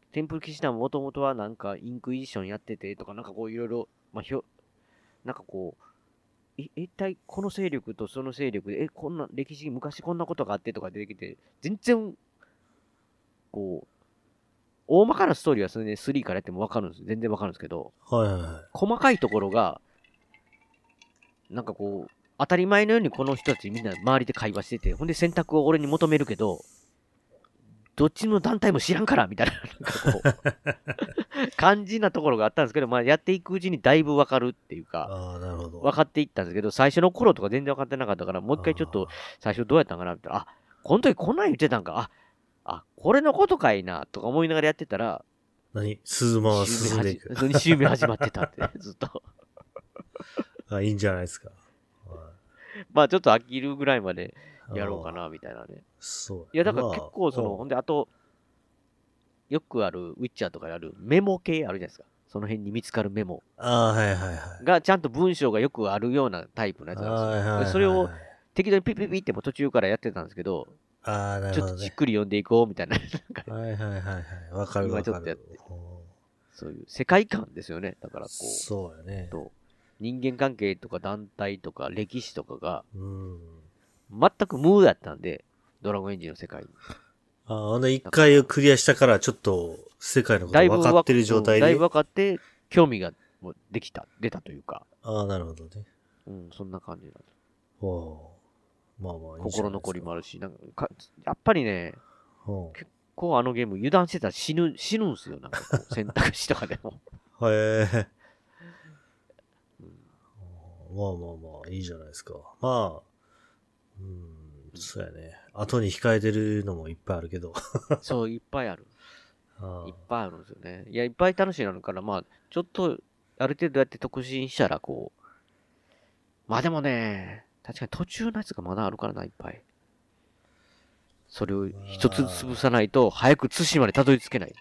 テンプル騎士団ももともとはなんかインクイジションやっててとか、なんかこういろいろ、まあ、ひょ、なんかこう、い一体この勢力とその勢力で、え、こんな歴史、昔こんなことがあってとか出てきて、全然、こう、大まかなストーリーはそれでスリーからやってもわかるんです。全然わかるんですけど、 はいはいはい。 細かいところが、なんかこう、当たり前のようにこの人たちみんな周りで会話してて、ほんで選択を俺に求めるけど、どっちの団体も知らんからみたいな、なんかこう、感じなところがあったんですけど、まあやっていくうちにだいぶわかるっていうか、 ああ、なるほど。 分かっていったんですけど、最初の頃とか全然分かってなかったから、もう一回ちょっと最初どうやったんかなって言ったら、あ、この時こんなん言ってたんか、あ、あ、これのことかいな、とか思いながらやってたら、 何鈴間は進んでいく。 に周目始まってたって、ずっと。 あ、いいんじゃないですか。 まあちょっと飽きるぐらいまでやろうかな、みたいなね。 そう。 いや、だから結構その、ほんで、あと、よくある、ウィッチャーとかであるメモ系あるじゃないですか。その辺に見つかるメモ。 ああ、はいはいはい。 が、ちゃんと文章がよくあるようなタイプのやつなんですよ。 はいはいはいはい、 それを適当にピッピッピッっても途中からやってたんですけど、 ああ、なるほど、ね。 ちょっとじっくり読んでいこうみたいな。 はいはいはいはい。わかるわかる。 今ちょっとやって。そういう世界観ですよね。だからこう。 そうやね。 と人間関係とか団体とか歴史とかが、 うん、 全く無だったんで、ドラゴンエンジンの世界に。 ああ、ほんで一回をクリアしたから、ちょっと世界のこと分かってる状態で。 だいぶ分かって、興味ができた、出たというか。 ああ、なるほどね。 うん、そんな感じなんです。 おまあまあいい心残りもあるし、なんか、やっぱりね、結構あのゲーム油断してたら死ぬ、死ぬんすよ。なんかこう、選択肢とかでも。 へえ。まあまあまあ、いいじゃないですか。まあ、うん、そうやね。後に控えてるのもいっぱいあるけど。 そう、いっぱいある。 ああいっぱいあるんですよね。いや、いっぱい楽しいのから、まあ、ちょっと、ある程度やって特進したら、こう。まあでもね、確かに途中のやつがまだあるからな、いっぱい。それを一つ潰さないと、早く対馬にたどり着けない。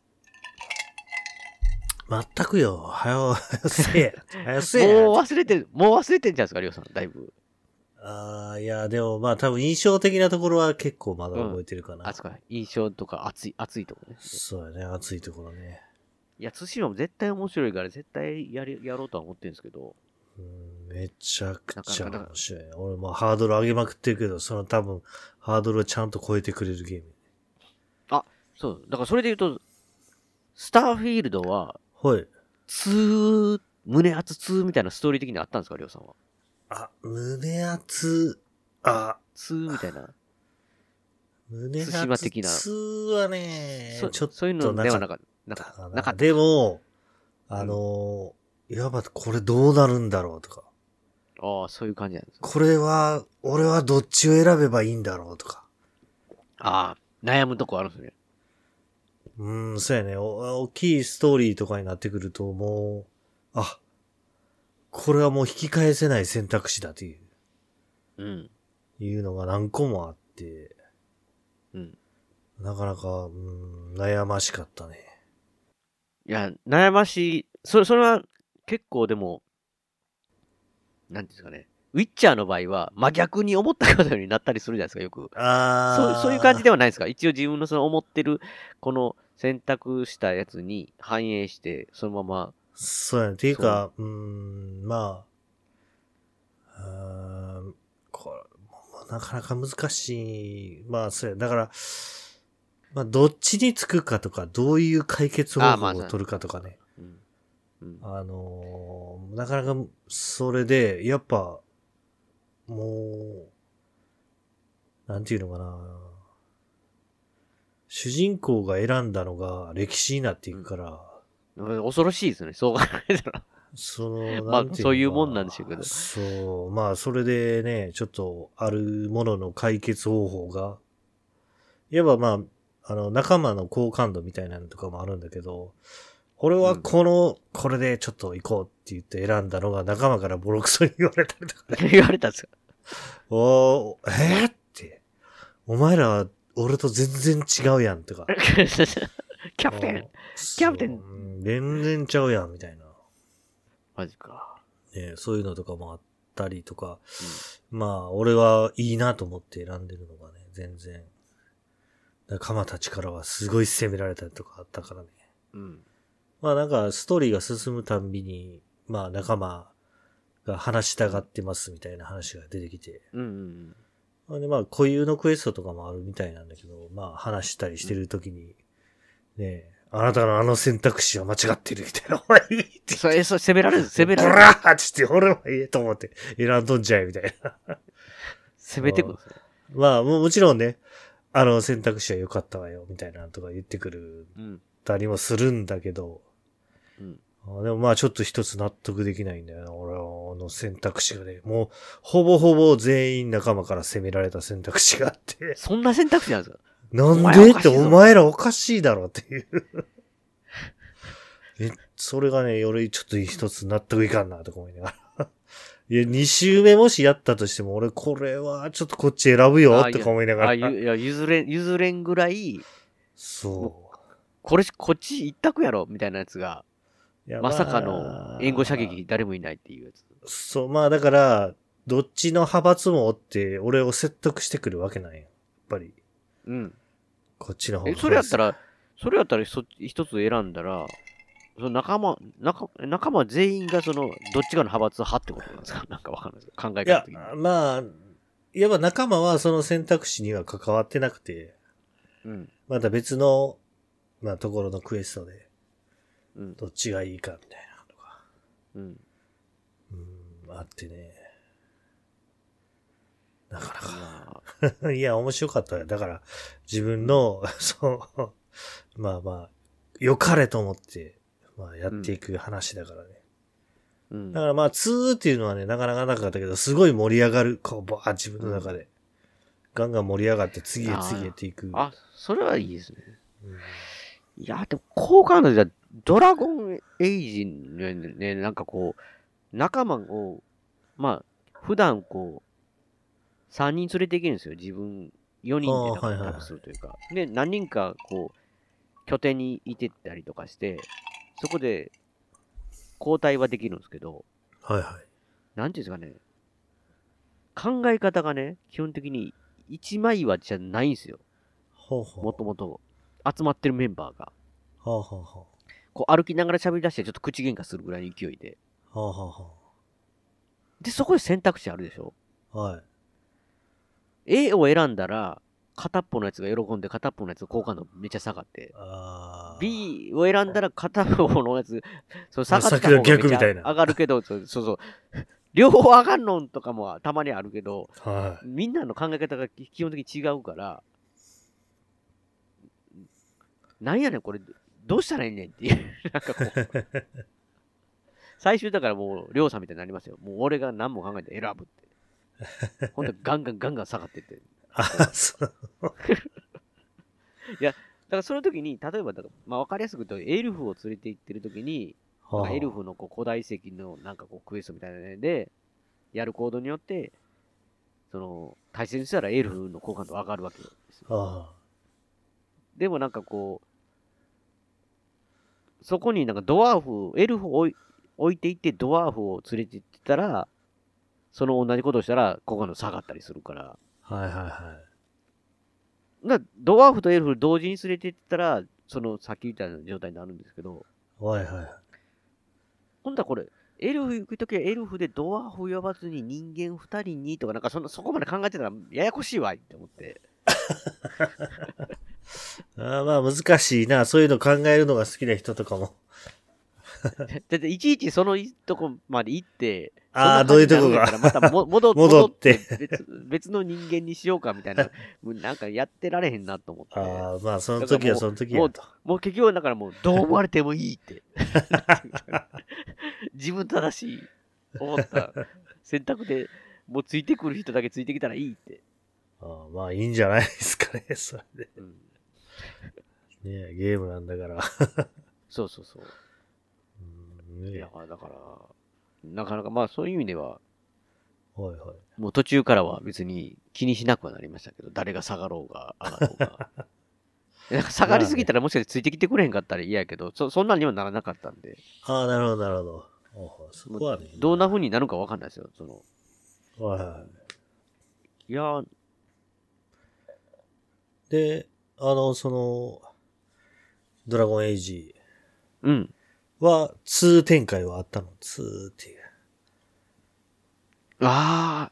まったくよ。はよ、はよせえ。はよせえ。 もう忘れてる、もう忘れてんじゃないですか、りょうさん、だいぶ。 ああ、いや、でもまあ多分印象的なところは結構まだ覚えてるかな。 うん、あ、そうか。印象とか熱い、熱いところね。 そうやね、熱いところね。 いや、対馬も絶対面白いから、絶対やり、やろうとは思ってるんですけど。 うん、めちゃくちゃ面白い。俺もハードル上げまくってるけど、その多分、ハードルをちゃんと超えてくれるゲーム。 あ、そう。だからそれで言うと、スターフィールドは、 はい。 ツー、胸熱ツーみたいなストーリー的にあったんですか、りょうさんは。 あ、胸熱、あ、 ツーみたいな。 胸熱対馬的な。 ツーはね、ちょっとそういうのではなかった。なかった。 でも、あの、うん、やば、これどうなるんだろうとか。 ああ、そういう感じなんです。 これは、俺はどっちを選べばいいんだろうとか。 ああ、悩むとこあるんですね。 うん、そうやね。お、大きいストーリーとかになってくると、もう、あ、これはもう引き返せない選択肢だという。 うん。 いうのが何個もあって。 うん。 なかなか、うん、悩ましかったね。 いや、悩ましい。それ、それは結構でも、なんですかね。ウィッチャーの場合は、真逆に思ったことになったりするじゃないですか、よく。 あそう、そういう感じではないですか。一応自分のその思ってる、この選択したやつに反映して、そのまま。 そうやね。っていうか、うーん、まあ、あこれ、なかなか難しい。まあ、そうや。だから、まあ、どっちにつくかとか、どういう解決方法を取るかとかね。あ,、まあうんうん、あのー、なかなか、それで、やっぱ、もう、なんていうのかな。主人公が選んだのが歴史になっていくから。 うん、恐ろしいですね、そう考えたら。 その、 まあ、そういうもんなんでしょうけど。 そう、まあ、それでね、ちょっと、あるものの解決方法が、いわばまあ、あの、仲間の好感度みたいなのとかもあるんだけど、俺はこの、うん、これでちょっと行こうって言って選んだのが仲間からボロクソに言われたりとか、 ね。言われたんですかおー、えー、って。お前らは俺と全然違うやんとか。 キャプテンキャプテン全然ちゃうやんみたいな。 マジか。 ね、そういうのとかもあったりとか、うん、まあ、俺はいいなと思って選んでるのがね、全然仲間たちからはすごい責められたりとかあったからね。 うん。 まあなんかストーリーが進むたんびに、まあ仲間が話したがってますみたいな話が出てきて。 うんうんうん。でまあ固有のクエストとかもあるみたいなんだけど、まあ話したりしてるときに、ねえ、あなたのあの選択肢は間違ってるみたいな。お前いいって。 それ、それ、責められる、責められる。 ブラーっつって、俺はいいと思って選んどんじゃいみたいな。 責めてくる。 まあも、もちろんね、あの選択肢は良かったわよ、みたいなとか言ってくる、たりもするんだけど、うん、でもまあちょっと一つ納得できないんだよな、俺の選択肢がね。もう、ほぼほぼ全員仲間から責められた選択肢があって。 そんな選択肢なんですか？ なんでってお前らおかしいだろっていうえ、それがね、よりちょっと一つ納得いかんなとか思いながら。いや、二周目もしやったとしても、俺これはちょっとこっち選ぶよとか思いながら。 あ、いや、いや譲れん、譲れんぐらい、 そう。 これ、こっち一択やろみたいなやつが、まあ、まさかの援護射撃誰もいないっていうやつ。 そう、まあだから、どっちの派閥もおって、俺を説得してくるわけなんや。やっぱり。 うん。 こっちの方が。 え、それやったら、それやったらそ一つ選んだら、その仲間、仲、仲間全員がその、どっちかの派閥派ってことなんですか？なんかわかんないです。考え方的に。 いや、まあ、いわば仲間はその選択肢には関わってなくて、うん。また別の、まあところのクエストで、うん。どっちがいいかみたいなとか。うん。うん、あってね。なかなか。いや、面白かったよ。だから、自分の、そう、まあまあ、良かれと思って、まあやっていく話だからね。うん。だからまあ、ツーっていうのはね、なかなかなかったけど、すごい盛り上がる、こう、ばー自分の中で。うん、ガンガン盛り上がって次へ次へっていく。 あ、それはいいですね。うん、いや、でも、こう考えたら、ドラゴンエイジね、ね、なんかこう、仲間を、まあ、普段こう、さんにん連れていけるんですよ。自分、よにんで旅するというか。はいはいはい、で、何人か、こう、拠点にいてったりとかして、そこで、交代はできるんですけど、 はいはい。 なんていうんですかね、考え方がね、基本的に一枚岩じゃないんですよ。 ほうほう。 もともと、集まってるメンバーが。 はあはあはあ。 こう歩きながら喋り出してちょっと口喧嘩するぐらいの勢いで。 はあはあはあ。 で、そこで選択肢あるでしょ？ はい。 A を選んだら、片っぽのやつが喜んで片っぽのやつ好感度めっちゃ下がって。B を選んだら片方のやつ、そう下がった方がめっちゃ上がるけど、そうそう。両方上がんのとかもたまにあるけど、 はい、 みんなの考え方が基本的に違うから、なんやねんこれ、どうしたらいいねんっていう。なんかこう。最終だからもう、りょうさんみたいになりますよ。もう俺が何も考えて選ぶって。ほんとガンガンガンガン下がってって。 あ、そう。 いや、だからその時に、例えばだから、まあ分かりやすく言うと、エルフを連れて行ってる時に、はあ、エルフのこう古代遺跡のなんかこうクエストみたいなので、やる行動によって、その、対戦したらエルフの好感度上がるわけですよ。 はあ、 でもなんかこう、そこになんかドワーフ、エルフを置い置いていってドワーフを連れて行ってたら、その同じことをしたら、好感度下がったりするから。 はいはいはい。 だドワーフとエルフ同時に連れて行ったら、そのさっき言ったような状態になるんですけど。 はいはい。 今度はこれ、エルフ行くときはエルフでドワーフ呼ばずに人間二人にとか、なんかそのそこまで考えてたらややこしいわいって思って。 あまあ難しいな。そういうの考えるのが好きな人とかも。 だっていちいちそのとこまで行って、 ああ、どういうとこが。 またも戻戻って別。別の人間にしようかみたいな。なんかやってられへんなと思って。 ああ、まあその時はその時やと。もう、もう結局だからもうどう思われてもいいって。自分正しい思った選択でもうついてくる人だけついてきたらいいって。 ああ、まあいいんじゃないですかね、それで。うん、ねえ、ゲームなんだから。 そうそうそう。うん、ね、いや、だから、なかなかまあそういう意味では、 はいはい、 もう途中からは別に気にしなくはなりましたけど、誰が下がろうが上がろうが。なんか下がりすぎたらもしかしてついてきてくれへんかったら嫌やけど、そそんなにはならなかったんで。 ああ、なるほどなるほど。そこはね。 どんな風になるかわかんないですよ、その。 はいはい。 いやで、 あの、その、ドラゴンエイジ。 うん。 は、に展開はあったの？にっていう。 ああ。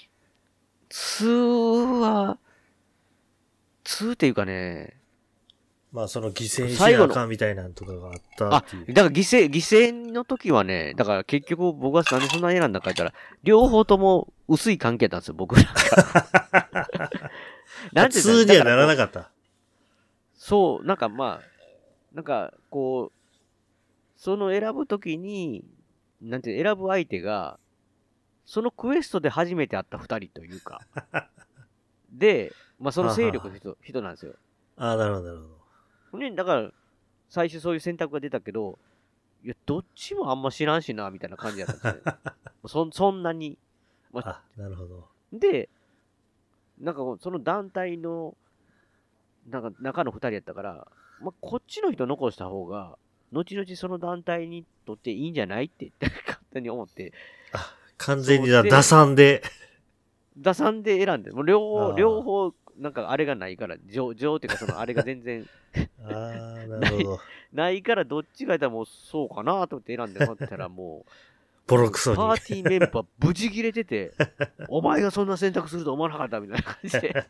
には、にっていうかね。 まあその犠牲にしなあかんみたいなんとかがあったっていう。 あ、だから犠牲、犠牲の時はね、だから結局僕はなんでそんな選んだか言ったら、両方とも薄い関係だったんですよ、僕なんか。 なんていうにはならなかった。 そう、なんかまあ、なんかこう、その選ぶときに、なんて選ぶ相手が、そのクエストで初めて会った二人というか、で、まあその勢力の人、人なんですよ。 ああ、なるほど、なるほど。 ね、だから、最初そういう選択が出たけど、いや、どっちもあんま知らんしな、みたいな感じだったんですね。そ, そんなに。 まあ、あ、なるほど。 で、なんかその団体の、なんか中の二人やったから、まあ、こっちの人残した方が、後々その団体にとっていいんじゃないって勝手に思って。 あ、完全にだ、打算で。 打算で選んで、もう両方、両方、なんかあれがないから、情、情っていうかそのあれが全然ああ、なるほど。 ないからどっちがいたらもうそうかなと思って選んでもらったらもう、 ボロクソに。 パーティーメンバーブチ切れてて、お前がそんな選択すると思わなかったみたいな感じで。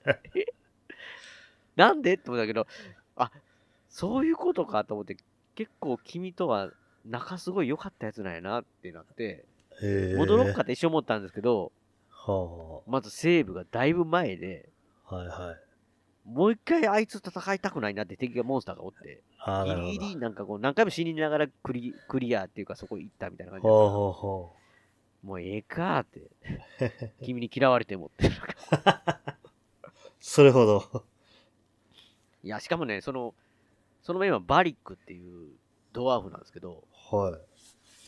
なんでって思ったけど、あ、そういうことかと思って、結構君とは仲すごい良かったやつなんやなってなって、戻ろっかって一緒思ったんですけど、 はあ、 まずセーブがだいぶ前で、 はいはい。 もう一回あいつ戦いたくないなって敵がモンスターがおって、ギリギリなんかこう何回も死にながらクリクリアっていうかそこ行ったみたいな感じで、 ほうほうほうもうええかーって、君に嫌われてもって。 それほど。 いや、しかもね、その、その面はバリックっていうドワーフなんですけど、 はい。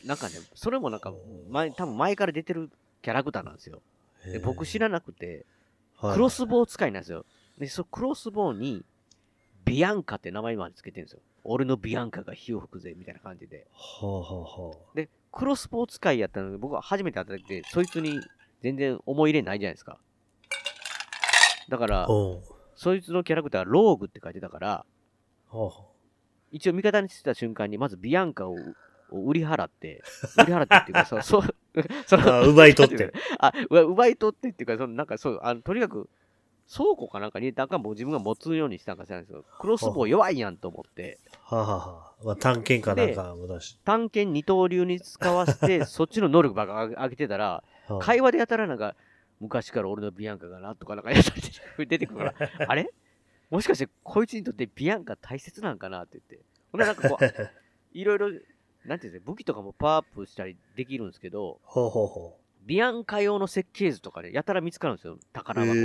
なんかね、それもなんか前、多分前から出てるキャラクターなんですよ。で僕知らなくて、クロスボウ使いなんですよ。で、そのクロスボウに、ビアンカって名前までつけてるんですよ。俺のビアンカが火を吹くぜ、みたいな感じで。 はあはあはあ。 で、クロスボウ使いやったので、僕は初めて会った時で、そいつに全然思い入れないじゃないですか。だから、そいつのキャラクターはローグって書いてたから、 はあはあ、 一応味方にしてた瞬間に、まずビアンカを売り払って、売り払ってっていうか、そう、そう、 その奪い取って。 あ、奪い取ってっていうか、そのなんかそう、あの、とにかく、倉庫かなんかに、なんかもう自分が持つようにしたんか知らないですけど、クロスボウ弱いやんと思って。 はあ、はあはあ、まあ、探検かなんかもだし。 探検二刀流に使わせて、そっちの能力ばっか上げてたら、はあ、会話でやたらなんか、昔から俺のビアンカがなとかなんかやったり出てくるから、あれもしかしてこいつにとってビアンカ大切なんかなって言って。ほんでなんかこう、いろいろ、なんていうんですか、武器とかもパワーアップしたりできるんですけど、 ほうほうほう、 ビアンカ用の設計図とかでやたら見つかるんですよ、宝箱から。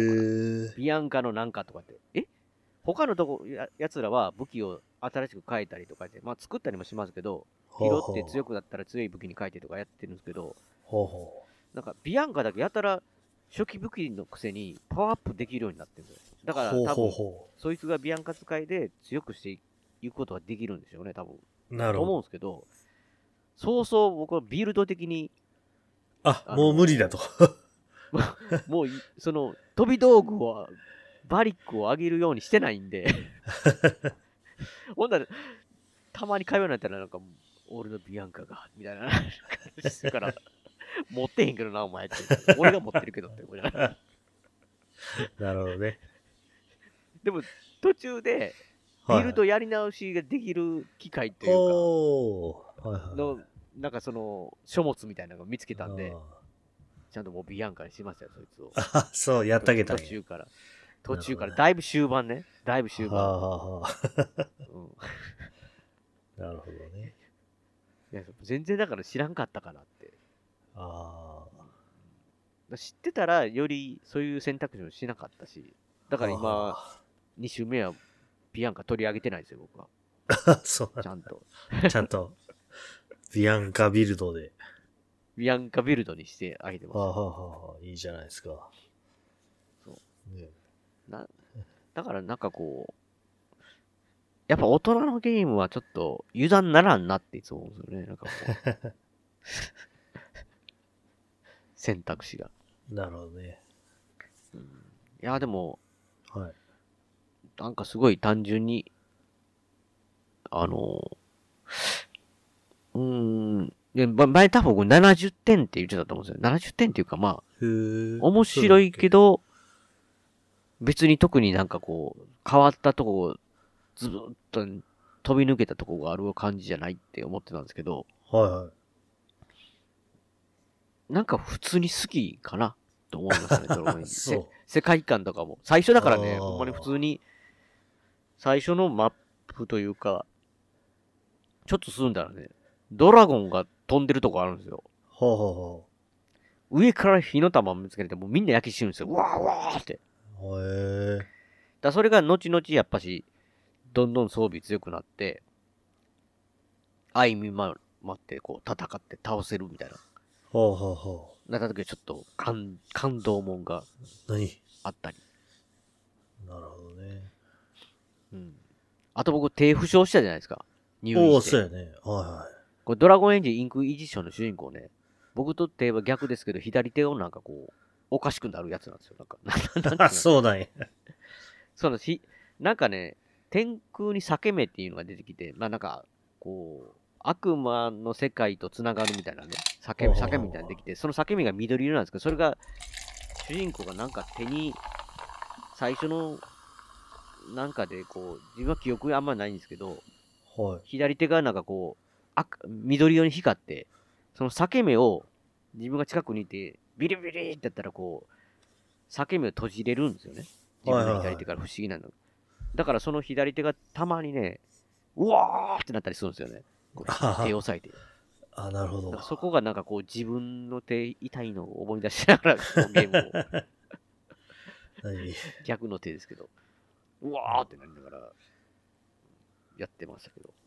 ビアンカのなんかとかって。え他のとこや、やつらは武器を新しく変えたりとかで、まあ作ったりもしますけど、拾って強くなったら強い武器に変えてとかやってるんですけど、 ほうほうなんかビアンカだけやたら初期武器のくせにパワーアップできるようになってるんですよ。だから多分、ほうほうほう、そいつがビアンカ使いで強くしていくことができるんでしょうね、多分。 なるほど。と思うんですけど、そうそう僕はビルド的に、 あ、あもう無理だと。 もう、その、飛び道具を、バリックを上げるようにしてないんで。ほんなら、たまに会話になったら、なんか、俺のビアンカが、みたいな感じするから、持ってへんけどな、お前って。俺が持ってるけどって。 なるほどね。 でも、途中で、ビルドやり直しができる機会っていうか、 はいはい、 の、なんかその、書物みたいなのを見つけたんで、ちゃんともうビアンカにしましたよ、そいつを。 あ、そう、やってあげたんや。 途中から。途中から、だいぶ終盤ね。だいぶ終盤。はあはあ、 うん、なるほどね。 いや、全然だから知らんかったからって。 ああ。知ってたら、よりそういう選択肢をしなかったし。だから今、に周目はビアンカ取り上げてないですよ、僕は。そうちゃんと。 ちゃんと。ビアンカビルドで。 ビアンカビルドにしてあげてます。 はあ、はあはあ、いいじゃないですか。 そう。ね、なだからなんかこう、やっぱ大人のゲームはちょっと油断ならんなっていつも思うんですよね。なんかこう。選択肢が。 なるほどね。 うん、いや、でも、 はい。 なんかすごい単純に、あの、うーん、で前多分僕ななじゅってんって言ってたと思うんですよ。ななじゅってんっていうかまあ、面白いけど、別に特になんかこう、変わったとこをずっと飛び抜けたとこがある感じじゃないって思ってたんですけど、 はいはい。 なんか普通に好きかなと思いましたね、ドラゴンエイジ。 そう世界観とかも。最初だからね、 あーほんまに普通に、最初のマップというか、ちょっと進んだらね、ドラゴンが飛んでるとこあるんですよ。 ほうほうほ上から火の玉を見つけて、もうみんな焼き死ぬんですよ。うわーうわーって。 う。へえ。 だからそれが後々やっぱし、どんどん装備強くなって、相見まってこう戦って倒せるみたいな。 ほうほうほなった時はちょっと感感動もんがう。何あったり。 なるほどね。 うん。あと僕手負傷したじゃないですか。入おお、 院して。 そうやね。はいはい。 これドラゴンエンジンインクイジションの主人公ね。僕と手は逆ですけど、左手をなんかこう、おかしくなるやつなんですよ。なんか、なんかあ、そうなんや。 そうなんです。ひなんかね、天空に裂け目っていうのが出てきて、まあなんか、こう、悪魔の世界と繋がるみたいなね、裂け目、裂け目みたいなのができて、その裂け目が緑色なんですけど、それが、主人公がなんか手に、最初の、なんかでこう、自分は記憶あんまないんですけど、 はい。 左手がなんかこう、赤緑色に光って、その裂け目を自分が近くにいて、ビリビリってやったらこう、裂け目を閉じれるんですよね。自分の左手から不思議なの。だからその左手がたまにね、うわーってなったりするんですよね。こう手を押さえて。 あ、なるほどだから。そこがなんかこう自分の手痛いのを思い出しながらこうゲームを。 何逆の手ですけど。うわーってなりながらやってましたけど。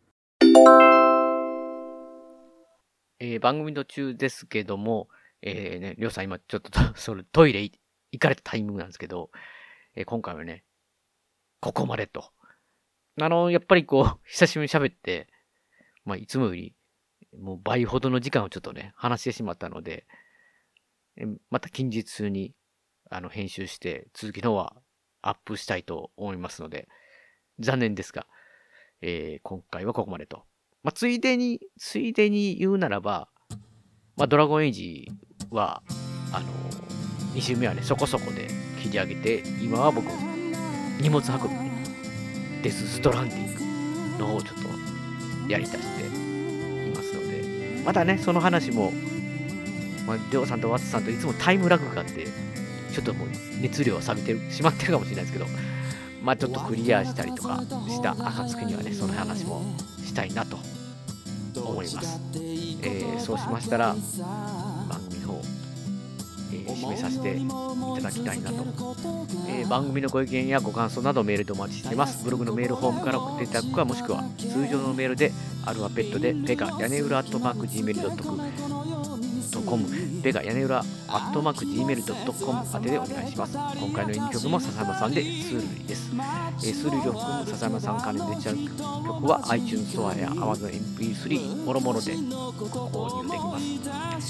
えー、番組途中ですけども、えー、ね、りょうさん今ちょっとそのトイレ行かれたタイミングなんですけど、えー、今回はね、ここまでと。あの、やっぱりこう、久しぶりに喋って、まあ、いつもより、もう倍ほどの時間をちょっとね、話してしまったので、えまた近日に、あの、編集して、続きのはアップしたいと思いますので、残念ですが、えー、今回はここまでと。まあ、ついでに、ついでに言うならば、まあ、ドラゴンエイジは、あの、に週目はね、そこそこで切り上げて、今は僕、荷物運びね、デス・ストランディングの方をちょっとやり出していますので、またね、その話も、まあ、りょうさんとワッツさんといつもタイムラグがあって、ちょっともう熱量は冷めてるしまってるかもしれないですけど、まあちょっとクリアしたりとかした暁にはね、その話もしたいなと思います。えー、そうしましたら、番組の方、えー、締めさせていただきたいなと。えー、番組のご意見やご感想などメールでお待ちしています。ブログのメールフォームから送っていただくか、もしくは通常のメールで、アルファベットでペガ屋根裏アットマーク ジーメールドットコム、ペガ屋根裏アットマーク ジーメールドットコム 宛てでお願いします。今回の演曲も笹山さんでスールリです。えー、スールリを含む笹山さん関連デジタル曲は iTunes ストアや Amazon エムピースリー もろもろで購入できます。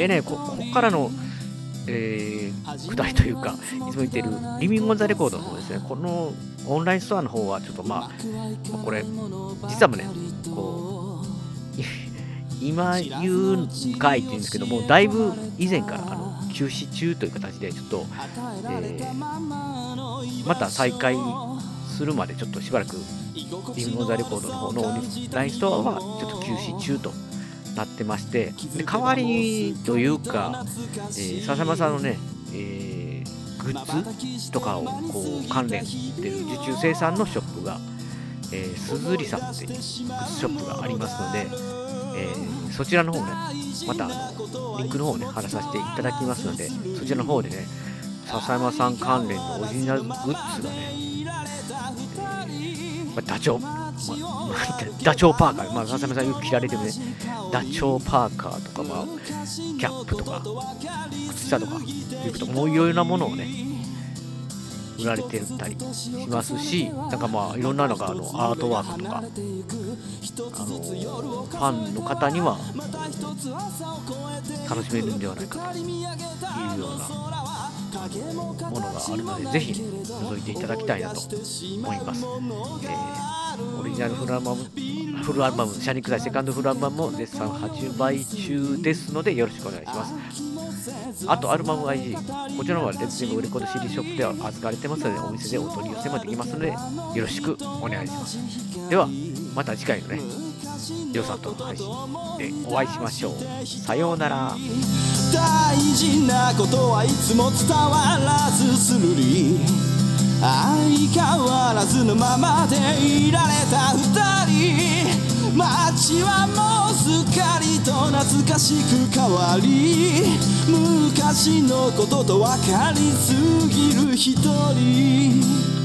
でね、こここからのえー、くだりというか、いつも言ってるリビングオンザレコードの方ですね、このオンラインストアの方はちょっとまあ、これ、実はもね、こう、今言うんかいって言うんですけども、だいぶ以前からあの休止中という形で、ちょっと、えー、また再開するまでちょっとしばらく、リビングオンザレコードの方のオンラインストアはちょっと休止中と。なってまして、で代わりというか、えー、笹山さんのね、えー、グッズとかをこう関連してる受注生産のショップが、えー、すずりさんっていうグッズショップがありますので、えー、そちらの方ね、またあのリンクの方をね貼らさせていただきますので、そちらの方でね、笹山さん関連のオリジナルグッズがね、えーまあ、ダチョウ、まあ、ダチョウパーカー、まあ、笹山さんよく着られてるね、ダチョウパーカーとか、まあ、キャップとか、靴下とか、リュックとか、もういろいろなものをね、売られてたりしますし、なんかまあ、いろんなのが、あの、アートワークとか、あの、ファンの方には、楽しめるんではないかというようなものがあるので、ぜひ覗いていただきたいなと思います。えー、オリジナルフルアルバム、フルアルバム、シャニクダイセカンドフルアルバムも絶賛発売中ですので、よろしくお願いします。あと、アルバム アイジー、こちらはレッツエゴレコード シーディー ショップでは預かれてますので、お店でお取り寄せもできますので、よろしくお願いします。では、また次回のね、りょうさんとの配信でお会いしましょう。さようなら。 大事なことはいつも伝わらずするり、相変わらずのままでいられた二人。街はもうすっかりと懐かしく変わり、昔のことと分かりすぎる一人。